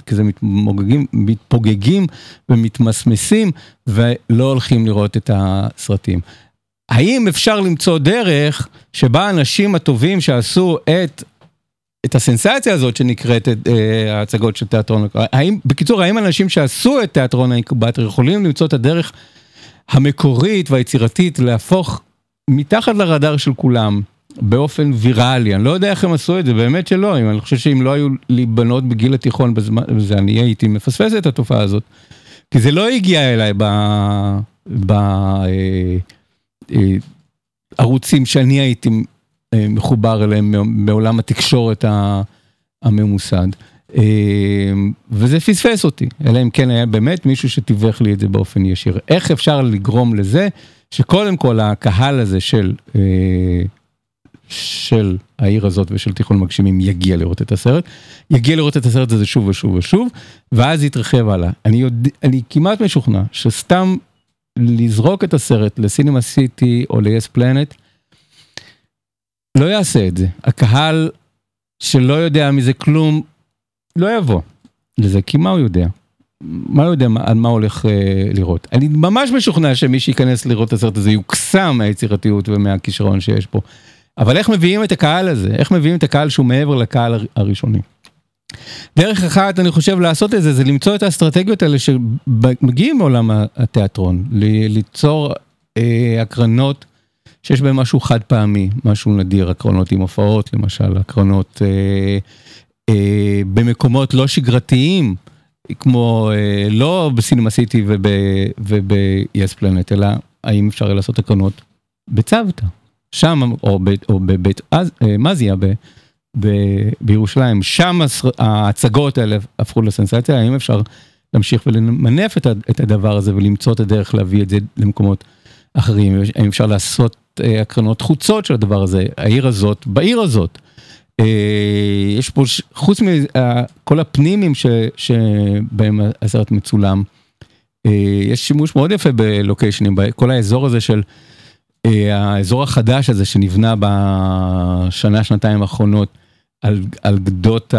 כזה מתמוגגים, מתפוגגים ומתמסמסים, ולא הולכים לראות את הסרטים. האם אפשר למצוא דרך שבה האנשים הטובים שעשו את, את הסנסציה הזאת שנקראת את, אה, ההצגות של תיאטרון, האם, בקיצור, האם אנשים שעשו את תיאטרון האינקובטור יכולים למצוא את הדרך המקורית והיצירתית להפוך מתחת לרדאר של כולם, באופן ויראלי? אני לא יודע איך הם עשו את זה, באמת שלא. אני חושב שאם לא היו לי בנות בגיל התיכון בזמן, בזה אני הייתי מפספס את התופעה הזאת. כי זה לא הגיע אליי ב... ב... ערוצים שאני הייתי מחובר אליהם מעולם התקשורת הממוסד. וזה פספס אותי, אלא אם כן היה באמת מישהו שתיווך לי את זה באופן ישיר. איך אפשר לגרום לזה שקודם כל הקהל הזה של, של העיר הזאת ושל תיכון מגשימים יגיע לראות את הסרט, יגיע לראות את הסרט הזה שוב ושוב ושוב, ואז יתרחב הלאה. אני, יודע, אני כמעט משוכנע שסתם לזרוק את הסרט לסינמה סיטי או ל-Yes Planet, לא יעשה את זה. הקהל שלא יודע מזה כלום, לא יבוא לזה, כי מה הוא יודע? מה הוא יודע על מה הולך אה, לראות? אני ממש משוכנע שמי שייכנס לראות את הסרט הזה יוקסם מהיצירתיות ומהכישרון שיש פה. אבל איך מביאים את הקהל הזה? איך מביאים את הקהל שהוא מעבר לקהל הראשוני? דרך אחת, אני חושב, לעשות את זה, זה למצוא את האסטרטגיות האלה שמגיעים מעולם התיאטרון, ליצור אה, הקרנות שיש בהם משהו חד פעמי, משהו נדיר, הקרנות עם הופעות, למשל, הקרנות אה, אה, במקומות לא שגרתיים, כמו אה, לא בסינמה סיטי וב-Yes Planet, אלא האם אפשר לעשות הקרנות בצוותא, שם, או, ב, או בבית אה, מזיה, ב... ב- בירושלים, שם ההצגות האלה הפכו לסנסציה, האם אפשר להמשיך ולמנף את, את הדבר הזה ולמצוא את הדרך להביא את זה למקומות אחרים, האם אפשר לעשות הקרנות חוצות של הדבר הזה, העיר הזאת, בעיר הזאת, יש פה, חוץ מכל הפנימים ש, שבהם הסרט מצולם, יש שימוש מאוד יפה בלוקיישנים, כל האזור הזה של, האזור החדש הזה שנבנה בשנה, שנתיים האחרונות, על, על גדות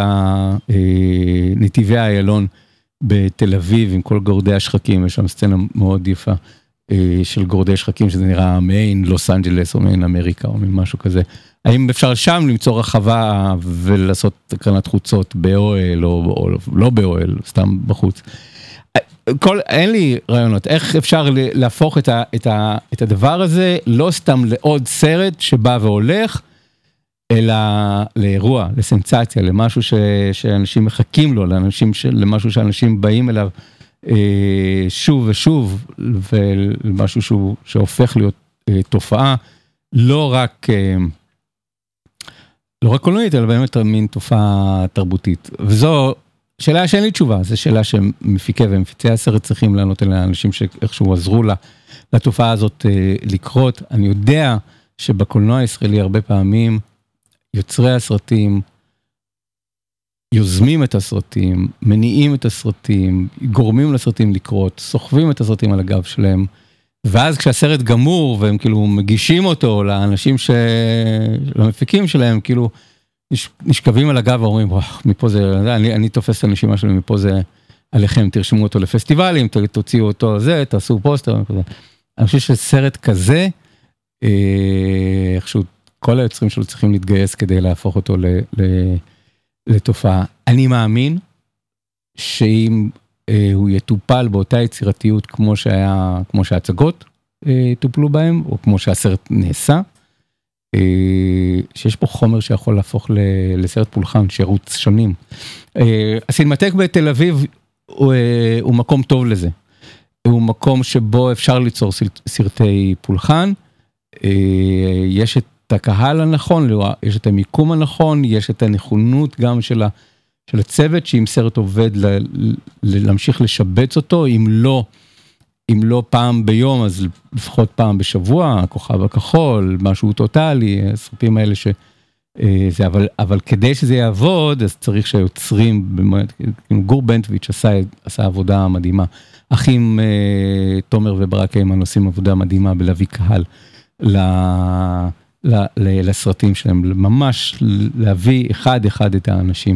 נתיבי האיילון בתל אביב, עם כל גורדי השחקים, יש שם סצנה מאוד יפה של גורדי השחקים, שזה נראה מעין לוס אנג'לס, או מעין אמריקה, או משהו כזה. האם אפשר שם למצוא רחבה ולעשות הקרנת חוצות באוהל, או, או לא באוהל, סתם בחוץ? כל, אין לי רעיונות, איך אפשר להפוך את, ה, את, ה, את הדבר הזה, לא סתם לעוד סרט שבא והולך, אלא לאירוע, לסנסציה, למשהו ש, שאנשים מחכים לו, לאנשים ש, למשהו שאנשים באים אליו אה, שוב ושוב, ולמשהו שהוא, שהופך להיות אה, תופעה, לא רק, אה, לא רק קולנועית, אלא באמת מין תופעה תרבותית. וזו שאלה שאין לי תשובה, זו שאלה שמפיקי ומפיצי הסרט צריכים לענות אליה, אנשים שאיכשהו עזרו לה, לתופעה הזאת אה, לקרות. אני יודע שבקולנוע הישראלי הרבה פעמים, יוצרי הסרטים, יוזמים את הסרטים, מניעים את הסרטים, גורמים לסרטים לקרות, סוחבים את הסרטים על הגב שלהם, ואז כשהסרט גמור, והם כאילו מגישים אותו לאנשים ש... למפיקים שלהם, כאילו נשכבים על הגב ואומרים, וואו, מפה זה, אני, אני תופס את הנשימה שלהם, מפה זה עליכם, תרשמו אותו לפסטיבלים, תוציאו אותו זה, תעשו פוסטר, אני חושב שסרט כזה, איכשהו, כל היוצרים שלו צריכים להתגייס כדי להפוך אותו ל, ל, לתופעה. אני מאמין שאם אה, הוא יטופל באותה יצירתיות כמו שהיה, כמו שההצגות אה, טופלו בהם, או כמו שהסרט נעשה, אה, שיש פה חומר שיכול להפוך ל, לסרט פולחן, שירוץ שונים. אה, הסינמטק בתל אביב הוא, אה, הוא מקום טוב לזה. הוא מקום שבו אפשר ליצור סרטי פולחן, אה, יש את את הקהל הנכון, יש את המיקום הנכון, יש את הנכונות גם של, ה, של הצוות, שאם סרט עובד ל, ל, להמשיך לשבץ אותו, אם לא, אם לא פעם ביום, אז לפחות פעם בשבוע, הכוכב הכחול, משהו טוטלי, הסרטים האלה ש... זה, אבל, אבל כדי שזה יעבוד, אז צריך שהיוצרים, גור בנטוויץ' עשה, עשה עבודה מדהימה, אחים תומר וברק אימן עושים עבודה מדהימה בלהביא קהל ל... לסרטים שלהם, ממש להביא אחד אחד את האנשים.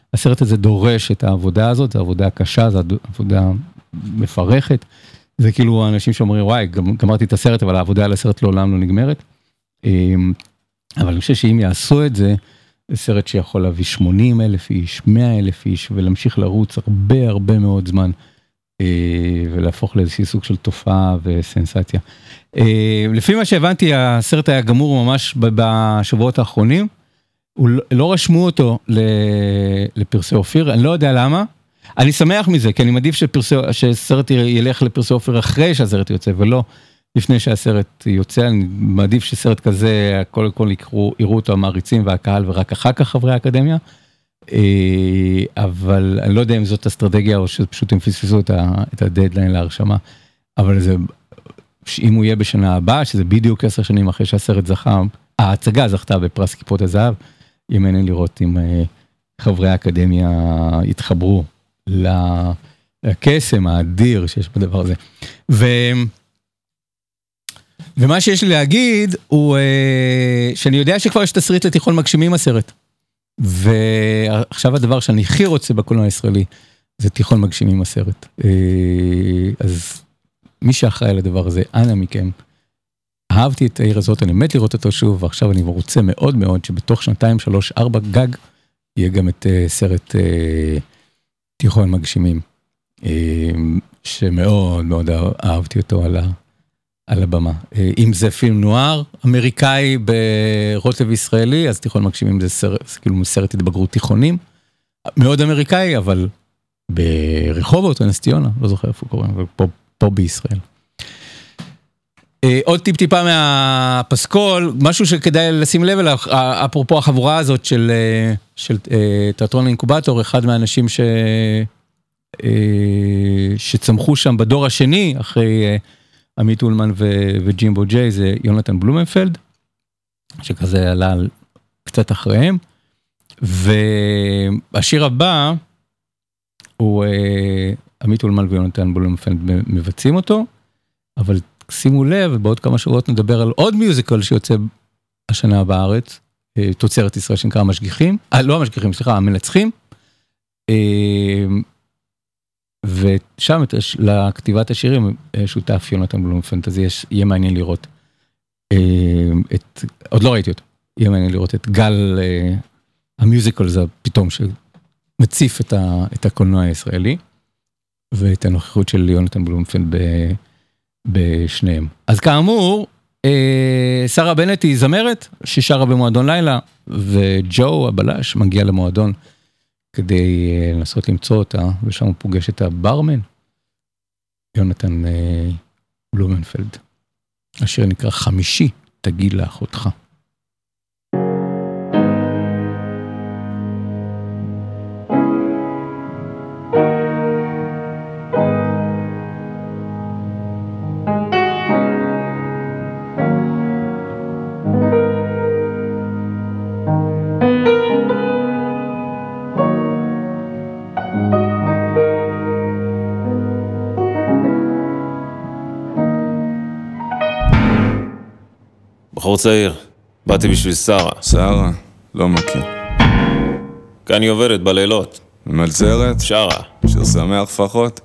הסרט הזה דורש את העבודה הזאת, זו עבודה קשה, זו עבודה מפרכת, זה כאילו האנשים שאומרים, וואי, גמרתי את הסרט, אבל העבודה על הסרט לעולם לא נגמרת. אבל אני חושב שאם יעשו את זה, זה סרט שיכול להביא שמונים אלף איש, מאה אלף איש, ולהמשיך לרוץ הרבה הרבה מאוד זמן, ולהפוך לאיזושהי סוג של תופעה וסנסציה. לפי מה שהבנתי, הסרט היה גמור ממש בשבועות האחרונים, לא רשמו אותו לפרסי אופיר, אני לא יודע למה, אני שמח מזה, כי אני מעדיף שסרט ילך לפרסי אופיר אחרי שהסרט יוצא, ולא לפני שהסרט יוצא, אני מעדיף שסרט כזה, קודם כל יראו אותו המעריצים והקהל, ורק אחר כך חברי האקדמיה, אבל אני לא יודע אם זאת אסטרטגיה, או שפשוט הם פספסו את הדדליין להרשמה, אבל זה, אם הוא יהיה בשנה הבאה, שזה בדיוק עשר שנים אחרי שהסרט זכה, ההצגה זכתה בפרס כיפות הזהב, ימנן לראות אם חברי האקדמיה יתחברו לקסם האדיר שיש בדבר הזה. ו... ומה שיש לי להגיד הוא שאני יודע שכבר יש תסריט לתיכון מגשימים הסרט. ועכשיו הדבר שאני הכי רוצה בקולנוע הישראלי זה תיכון מגשימים הסרט. אז מי שאחראי לדבר הזה, אנא מכם, אהבתי את העיר הזאת, אני מת לראות אותו שוב, ועכשיו אני רוצה מאוד מאוד שבתוך שנתיים, שלוש, ארבע גג, יהיה גם את סרט תיכון מגשימים, שמאוד מאוד אהבתי אותו על, ה, על הבמה. אם זה פילם נוער אמריקאי ברוטב ישראלי, אז תיכון מגשימים זה סרט, זה כאילו סרט התבגרות תיכונים, מאוד אמריקאי, אבל ברחובות או נס ציונה, לא זוכר איפה קוראים, אבל פה, פה בישראל. עוד טיפ טיפה מהפסקול, משהו שכדאי לשים לב אליו, אפרופו החבורה הזאת של, של תיאטרון אינקובטור, אחד מהאנשים ש, שצמחו שם בדור השני, אחרי עמית אולמן וג'ימבו ג'יי, זה יונתן בלומנפלד, שכזה עלה קצת אחריהם, והשיר הבא, הוא עמית אולמן ויונתן בלומנפלד מבצעים אותו, אבל שימו לב, בעוד כמה שבועות נדבר על עוד מיוזיקל שיוצא השנה בארץ, תוצרת ישראל שנקרא המשגיחים, אה, לא המשגיחים, סליחה, המנצחים, ושם לכתיבת השירים שותף יונתן בלומנפלד, אז יהיה מעניין לראות, את, עוד לא ראיתי אותו, יהיה מעניין לראות את גל המיוזיקל, זה פתאום שמציף את, ה, את הקולנוע הישראלי, ואת הנוכחות של יונתן בלומנפלד ב... בשניהם. אז כאמור, שרה בנט היא זמרת ששרה במועדון לילה, וג'ו הבלש מגיע למועדון כדי לנסות למצוא אותה, ושם הוא פוגש את הברמן, יונתן בלומנפלד. השיר נקרא חמישי, תגיד לאחותך. בחור צעיר, באתי בשביל שרה. שרה? לא מכיר. כאן היא עובדת בלילות. מלצרת? שרה. שיר שמח פחות?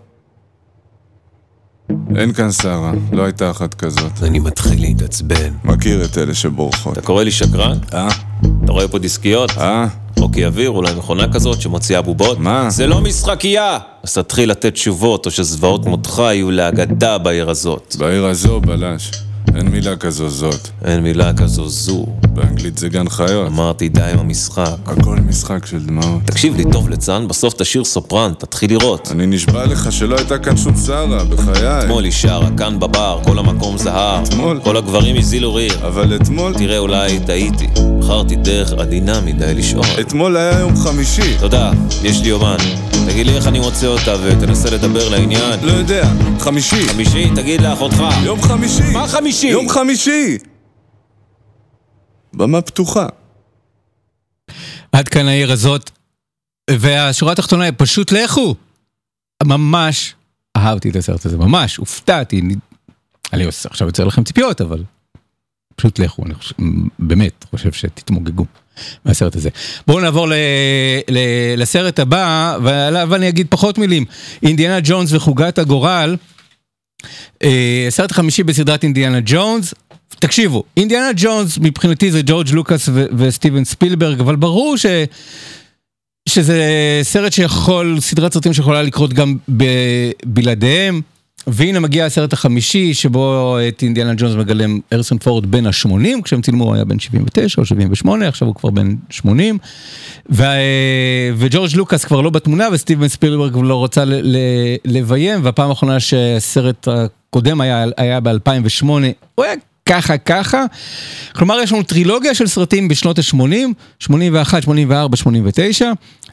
אין כאן שרה, לא הייתה אחת כזאת. אני מתחיל להתעצבן. מכיר את אלה שבורחות. אתה קורא לי שקרן? אה? אתה רואה פה דיסקיות? אה? חוקי אוויר, אולי מכונה כזאת שמוציאה בובות? מה? זה לא משחקייה! אז תתחיל לתת תשובות, או שזוועות מותך יהיו להגדה בעיר הזאת. בעיר הזו, בלש. אין מילה כזו זאת. אין מילה כזו זו. באנגלית זה גן חיות. אמרתי די עם המשחק. הכל משחק של דמעות. תקשיב לי טוב לצן, בסוף תשאיר סופרן, תתחיל לראות. אני נשבע לך שלא הייתה כאן שום שרה, בחיי. אתמול היא שרה, כאן בבר, כל המקום זהר. אתמול? כל הגברים הזילו ריר. אבל אתמול... תראה אולי טעיתי, בחרתי דרך עדינה מדי לשאול. אתמול היה יום חמישי. תודה, יש לי יומן. תגיד לי איך אני מוצא אותה ותנסה לדבר לעניין. לא יודע, חמישי. חמישי? תגיד לאחותך. יום חמישי. מה חמישי? יום חמישי. במה פתוחה. עד כאן העיר הזאת, והשורה התחתונה היא פשוט לכו. ממש אהבתי את הסרט הזה, ממש, הופתעתי. אני עכשיו יוצא לכם ציפיות, אבל פשוט לכו, אני חושב, באמת חושב שתתמוגגו. מהסרט הזה. בואו נעבור ל, ל, לסרט הבא, ועליו אני אגיד פחות מילים. אינדיאנה ג'ונס וחוגת הגורל, הסרט החמישי בסדרת אינדיאנה ג'ונס. תקשיבו, אינדיאנה ג'ונס מבחינתי זה ג'ורג' לוקאס ו- וסטיבן ספילברג, אבל ברור ש... שזה סרט שיכול, סדרת סרטים שיכולה לקרות גם בלעדיהם, והנה מגיע הסרט החמישי, שבו את אינדיאנה ג'ונס מגלם הרסון פורד בן ה-שמונים, כשהם צילמו הוא היה בן שבעים ותשע או שבעים ושמונה, עכשיו הוא כבר בן שמונים, ו... וג'ורג' לוקאס כבר לא בתמונה, וסטיבן ספילברג לא רוצה ל... ל... לביים, והפעם האחרונה שהסרט הקודם היה, היה ב-אלפיים ושמונה, הוא היה ככה ככה, כלומר יש לנו טרילוגיה של סרטים בשנות ה-שמונים, שמונים ואחת, שמונים וארבע, שמונים ותשע,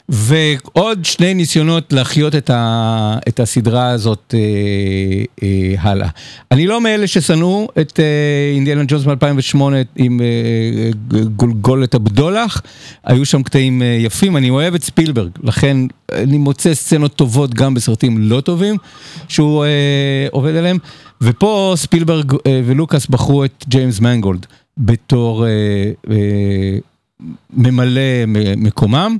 ועוד שני ניסיונות להחיות את, ה, את הסדרה הזאת אה, אה, הלאה. אני לא מאלה ששנאו את אה, אינדיאנה ג'ונס מ-אלפיים ושמונה עם אה, גולגולת הבדולח, היו שם קטעים אה, יפים, אני אוהב את ספילברג, לכן אני מוצא סצנות טובות גם בסרטים לא טובים, שהוא אה, עובד עליהם, ופה ספילברג אה, ולוקאס בחרו את ג'יימס מנגולד בתור אה, אה, ממלא מקומם,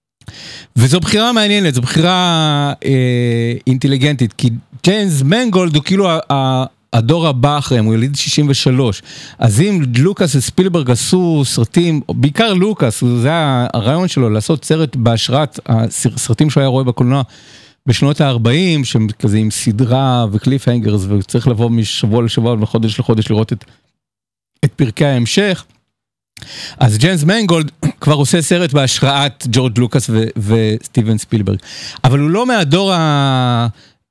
וזו בחירה מעניינת, זו בחירה אה, אינטליגנטית, כי ג'יימס מנגולד הוא כאילו ה- ה- הדור הבא אחריהם, הוא יליד שישים ושלוש, אז אם לוקאס וספילברג עשו סרטים, בעיקר לוקאס, זה היה הרעיון שלו, לעשות סרט בהשראת הסרטים שהוא היה רואה בקולנוע, בשנות ה-ארבעים, שכזה עם סדרה וקליף הנגרס, וצריך לבוא משבוע לשבוע ומחודש לחודש לראות את, את פרקי ההמשך, אז ג'יימס מנגולד כבר עושה סרט בהשראת ג'ורג' לוקאס ו- וסטיבן ספילברג, אבל הוא לא מהדור ה-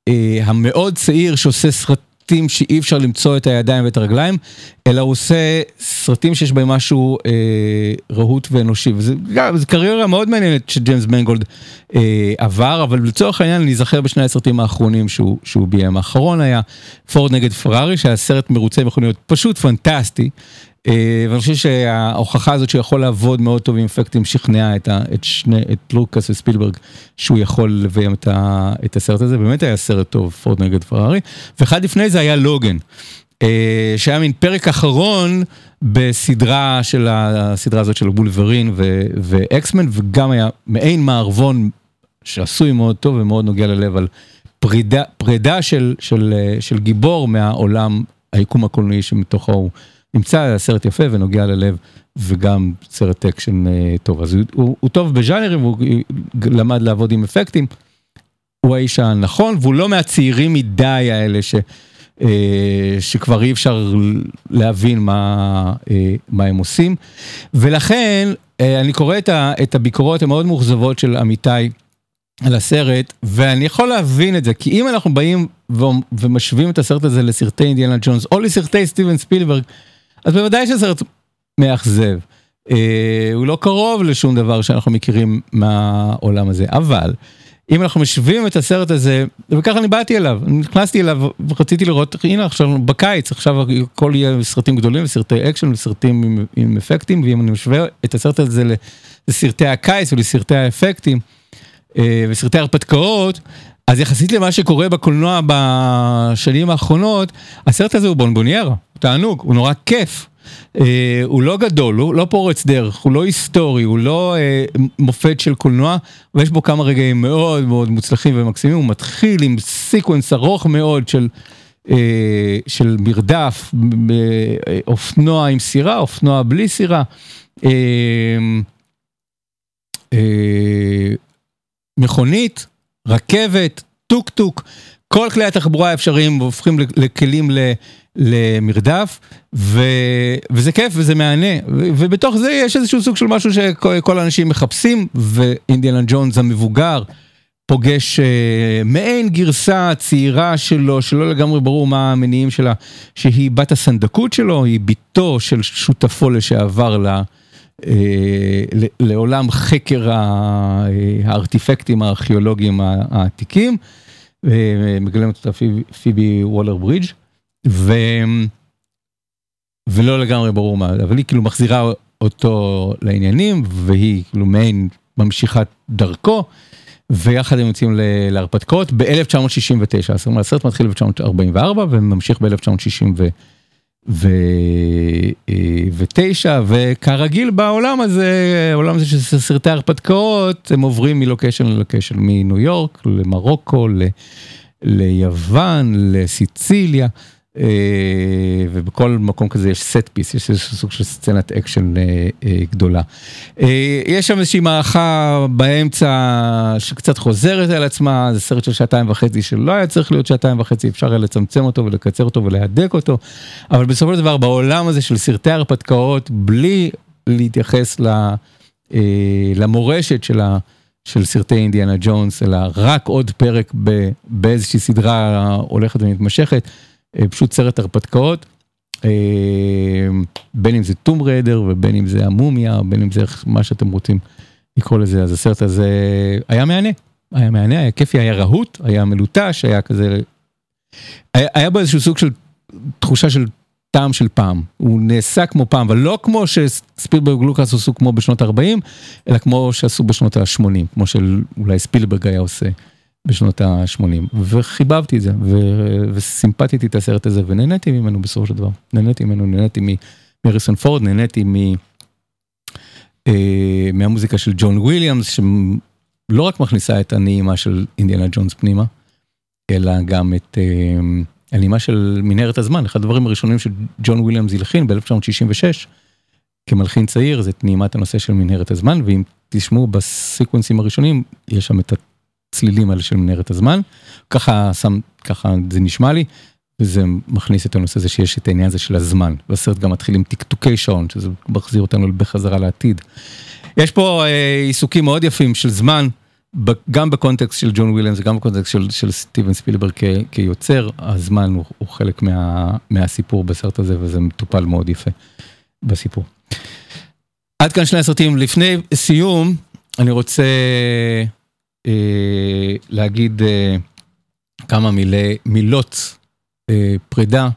המאוד צעיר שעושה סרטים שאי אפשר למצוא את הידיים ואת הרגליים, אלא הוא עושה סרטים שיש בהם משהו אה, רהוט ואנושי, וזה זו קריירה מאוד מעניינת שג'יימס מנגולד אה, עבר, אבל לצורך העניין אני זכר בשני הסרטים האחרונים שהוא, שהוא ביים. האחרון היה פורד נגד פרארי, שהיה סרט מרוצי מכוניות פשוט פנטסטי, ואני חושב שההוכחה הזאת שיכול לעבוד מאוד טוב עם אפקטים שכנעה את, את, שני, את לוקאס וספילברג שהוא יכול לביים את, ה, את הסרט הזה, באמת היה סרט טוב, פורד נגד פרארי, ואחד לפני זה היה לוגן, שהיה מין פרק אחרון בסדרה של הסדרה הזאת של וולברין ואקסמן, וגם היה מעין מערבון שעשוי מאוד טוב ומאוד נוגע ללב על פרידה, פרידה של, של, של גיבור מהעולם היקום הקולנועי שמתוכו הוא נמצא, סרט יפה ונוגע ללב, וגם סרט אקשן טוב. אז הוא, הוא טוב בז'אנרים, הוא למד לעבוד עם אפקטים, הוא האיש הנכון, והוא לא מהצעירים מדי האלה ש, שכבר אי אפשר להבין מה, מה הם עושים. ולכן, אני קורא את, ה, את הביקורות המאוד מאוכזבות של אמיתי על הסרט, ואני יכול להבין את זה, כי אם אנחנו באים ומשווים את הסרט הזה לסרטי אינדיאנה ג'ונס, או לסרטי סטיבן ספילברג, אז בוודאי שהסרט מאכזב. אה, הוא לא קרוב לשום דבר שאנחנו מכירים מהעולם הזה, אבל אם אנחנו משווים את הסרט הזה, וככה אני באתי אליו, נכנסתי אליו ורציתי לראות, הנה עכשיו בקיץ, עכשיו הכל יהיה סרטים גדולים, וסרטי אקשן וסרטים עם, עם אפקטים, ואם אני משווה את הסרט הזה לסרטי הקיץ ולסרטי האפקטים, אה, וסרטי הרפתקאות, אז יחסית למה שקורה בקולנוע בשנים האחרונות, הסרט הזה הוא בונבוניירה, הוא תענוג, הוא נורא כיף, אה, הוא לא גדול, הוא לא פורץ דרך, הוא לא היסטורי, הוא לא אה, מופת של קולנוע, ויש בו כמה רגעים מאוד מאוד מוצלחים ומקסימים, הוא מתחיל עם סיקוונס ארוך מאוד של, אה, של מרדף, אה, אופנוע עם סירה, אופנוע בלי סירה, אה, אה, מכונית, רכבת, טוק טוק, כל כלי התחבורה האפשריים הופכים לכלים למרדף, ו, וזה כיף וזה מענה, ו, ובתוך זה יש איזשהו סוג של משהו שכל האנשים מחפשים, ואינדיאנה ג'ונס המבוגר פוגש uh, מעין גרסה צעירה שלו, שלא לגמרי ברור מה המניעים שלה, שהיא בת הסנדקות שלו, היא ביתו של שותפו לשעבר לה, לעולם חקר הארטיפקטים הארכיאולוגיים העתיקים, מגלמת אותה פיבי וולר ברידג', ולא לגמרי ברור מה, אבל היא כאילו מחזירה אותו לעניינים, והיא כאילו מעין ממשיכת דרכו, ויחד הם יוצאים להרפתקאות ב-אלף תשע מאות שישים ותשע, זאת אומרת, הסרט מתחיל ב-אלף תשע מאות ארבעים וארבע, וממשיך ב-אלף תשע מאות שישים ו... ותשע, וכרגיל בעולם הזה, העולם הזה של סרטי הרפתקאות, הם עוברים מלוקיישן ללוקיישן, מניו יורק למרוקו, ל... ליוון, לסיציליה, ובכל מקום כזה יש סט פיס, יש איזשהו סוג של סצנת אקשן גדולה. יש שם איזושהי מערכה באמצע שקצת חוזרת על עצמה, זה סרט של שעתיים וחצי שלא היה צריך להיות שעתיים וחצי, אפשר היה לצמצם אותו ולקצר אותו ולהדק אותו, אבל בסופו של דבר בעולם הזה של סרטי הרפתקאות, בלי להתייחס למורשת של ה... של סרטי אינדיאנה ג'ונס, אלא רק עוד פרק באיזושהי סדרה הולכת ומתמשכת, פשוט סרט הרפתקאות, בין אם זה טום ריידר, ובין אם זה המומיה, בין אם זה מה שאתם רוצים לקרוא לזה, אז הסרט הזה היה מענה, היה מענה, היה כיפי, היה רהוט, היה מלוטש, היה כזה, היה, היה בו איזשהו סוג של תחושה של טעם של פעם, הוא נעשה כמו פעם, אבל לא כמו שספילברג ולוקאס עשו כמו בשנות ה-ארבעים, אלא כמו שעשו בשנות ה-שמונים, כמו שאולי ספילברג היה עושה בשנות ה-שמונים, וחיבבתי את זה, ו- וסימפטיתי את הסרט הזה, ונהניתי ממנו בסופו של דבר, נהניתי ממנו, נהניתי מריסון פורד, נהניתי מ- אה, מהמוזיקה של ג'ון וויליאמס, שלא רק מכניסה את הנעימה של אינדיאנה ג'ונס פנימה, אלא גם את... אה, הנעימה של מנהרת הזמן, אחד הדברים הראשונים שג'ון וויליאמס הלחין ב-אלף תשע מאות שישים ושש, כמלחין צעיר, זה נעימת הנושא של מנהרת הזמן, ואם תשמעו בסיקוונסים הראשונים, יש שם את הצלילים האלה של מנהרת הזמן, ככה, שם, ככה זה נשמע לי, וזה מכניס את הנושא הזה שיש את העניין הזה של הזמן, והסרט גם מתחיל עם טקטוקי שעון, שזה מחזיר אותנו בחזרה לעתיד. יש פה אה, עיסוקים מאוד יפים של זמן, גם בקונטקסט של ג'ון וויליאמס, וגם בקונטקסט של, של סטיבן ספילברג כ, כיוצר, הזמן הוא, הוא חלק מה, מהסיפור בסרט הזה, וזה מטופל מאוד יפה בסיפור. עד כאן שני הסרטים. לפני סיום, אני רוצה אה, להגיד אה, כמה מילי, מילות אה, פרידה,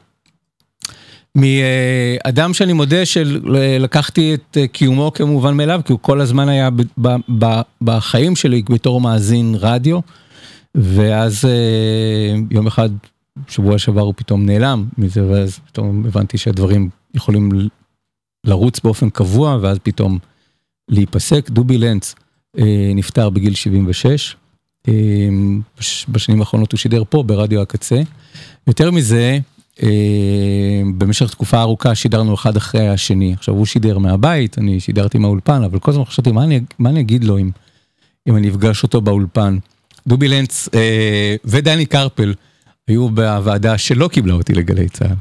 מאדם שאני מודה שלקחתי את קיומו כמובן מאליו, כי הוא כל הזמן היה בחיים שלי בתור מאזין רדיו, ואז יום אחד, שבוע שעבר הוא פתאום נעלם מזה, ואז פתאום הבנתי שהדברים יכולים לרוץ באופן קבוע, ואז פתאום להיפסק. דובי לנץ נפטר בגיל שבעים ושש, בשנים האחרונות הוא שידר פה ברדיו הקצה. יותר מזה, במשך תקופה ארוכה שידרנו אחד אחרי השני. עכשיו הוא שידר מהבית, אני שידרתי מהאולפן, אבל כל הזמן חשבתי, מה אני, מה אני אגיד לו אם, אם אני אפגש אותו באולפן? דובי לנץ אה, ודני קרפל היו בוועדה שלא קיבלה אותי לגלי צהל,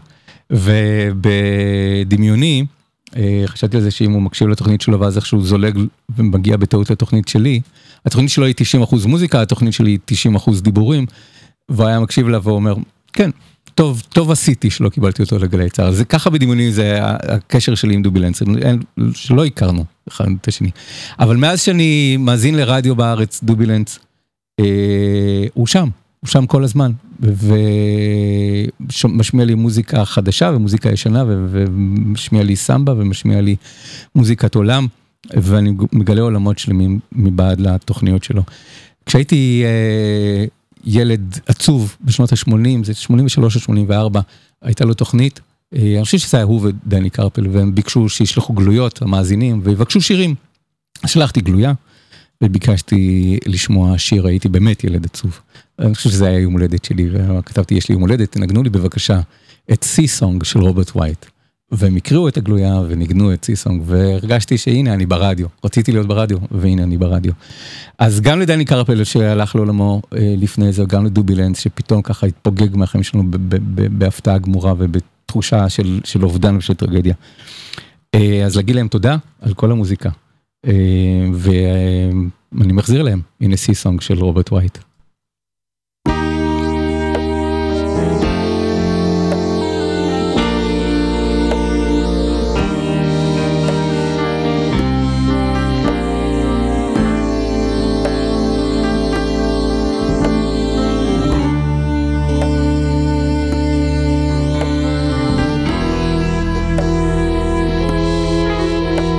ובדמיוני אה, חשבתי על זה שאם הוא מקשיב לתוכנית שלו, ואז איכשהו זולג ומגיע בטעות לתוכנית שלי, התוכנית שלו היא תשעים אחוז מוזיקה, התוכנית שלי היא תשעים אחוז דיבורים, והיה מקשיב לה ואומר, כן, טוב, טוב עשיתי שלא קיבלתי אותו לגלי צהל. זה ככה בדימוני, זה הקשר שלי עם דובי לנץ, שלא הכרנו אחד את השני. אבל מאז שאני מאזין לרדיו בארץ, דובי לנץ, אה, הוא שם, הוא שם כל הזמן, ומשמיע לי מוזיקה חדשה ומוזיקה ישנה, ומשמיע לי סמבה ומשמיע לי מוזיקת עולם, ואני מגלה עולמות שלמים מבעד לתוכניות שלו. כשהייתי... אה, ילד עצוב בשנות ה-שמונים, זה שמונים ושלוש עד שמונים וארבע, הייתה לו תוכנית, אני חושב שזה היה הוא ודני קרפל, והם ביקשו שישלחו גלויות, המאזינים, ויבקשו שירים. שלחתי גלויה, וביקשתי לשמוע שיר, הייתי באמת ילד עצוב. אני חושב שזה היה יום הולדת שלי, וכתבתי, יש לי יום הולדת, תנגנו לי בבקשה את סי-סונג של רוברט ווייט. והם הקריאו את הגלויה וניגנו את סי-סונג, והרגשתי שהנה אני ברדיו, רציתי להיות ברדיו, והנה אני ברדיו. אז גם לדני קרפל שהלך לעולמו לפני זה, גם לדובי לנץ שפתאום ככה התפוגג מהחיים שלנו בהפתעה גמורה ובתחושה של, של אובדן ושל טרגדיה. אז להגיד להם תודה על כל המוזיקה, ואני מחזיר להם, הנה סי-סונג של רוברט ווייט.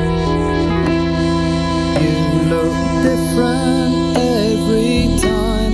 Different every time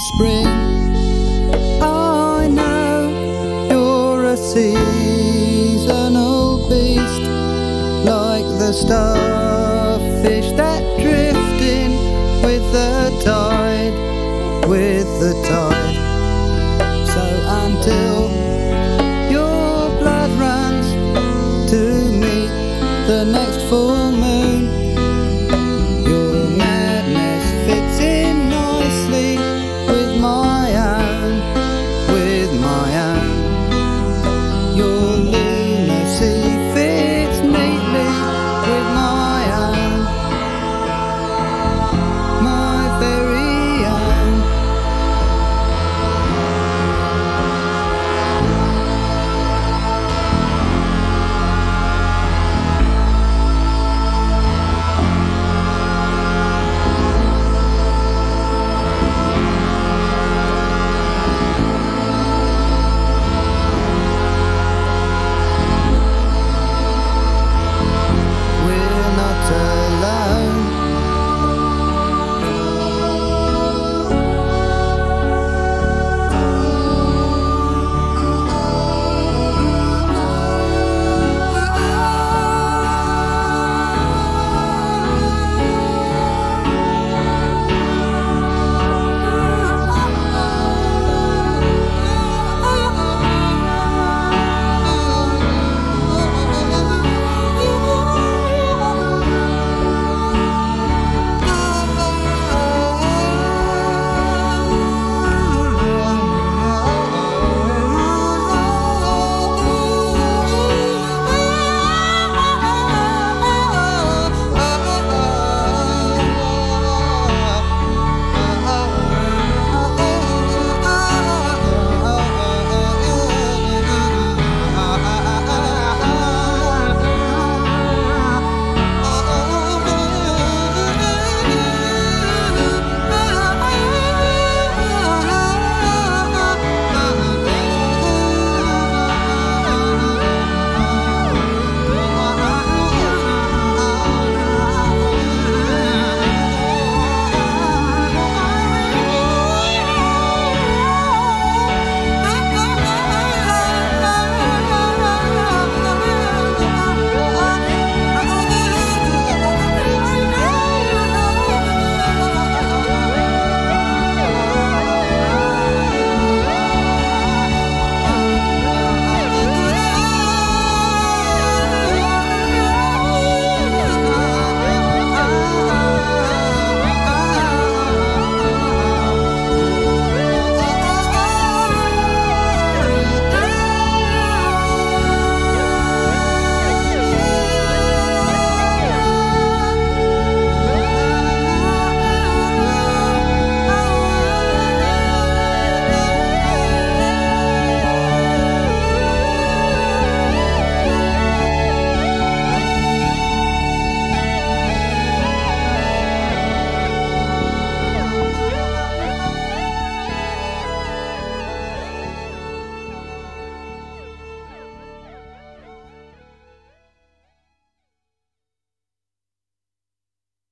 spring. I know you're a seasonal beast, like the starfish that drift in with the tide, with the tide.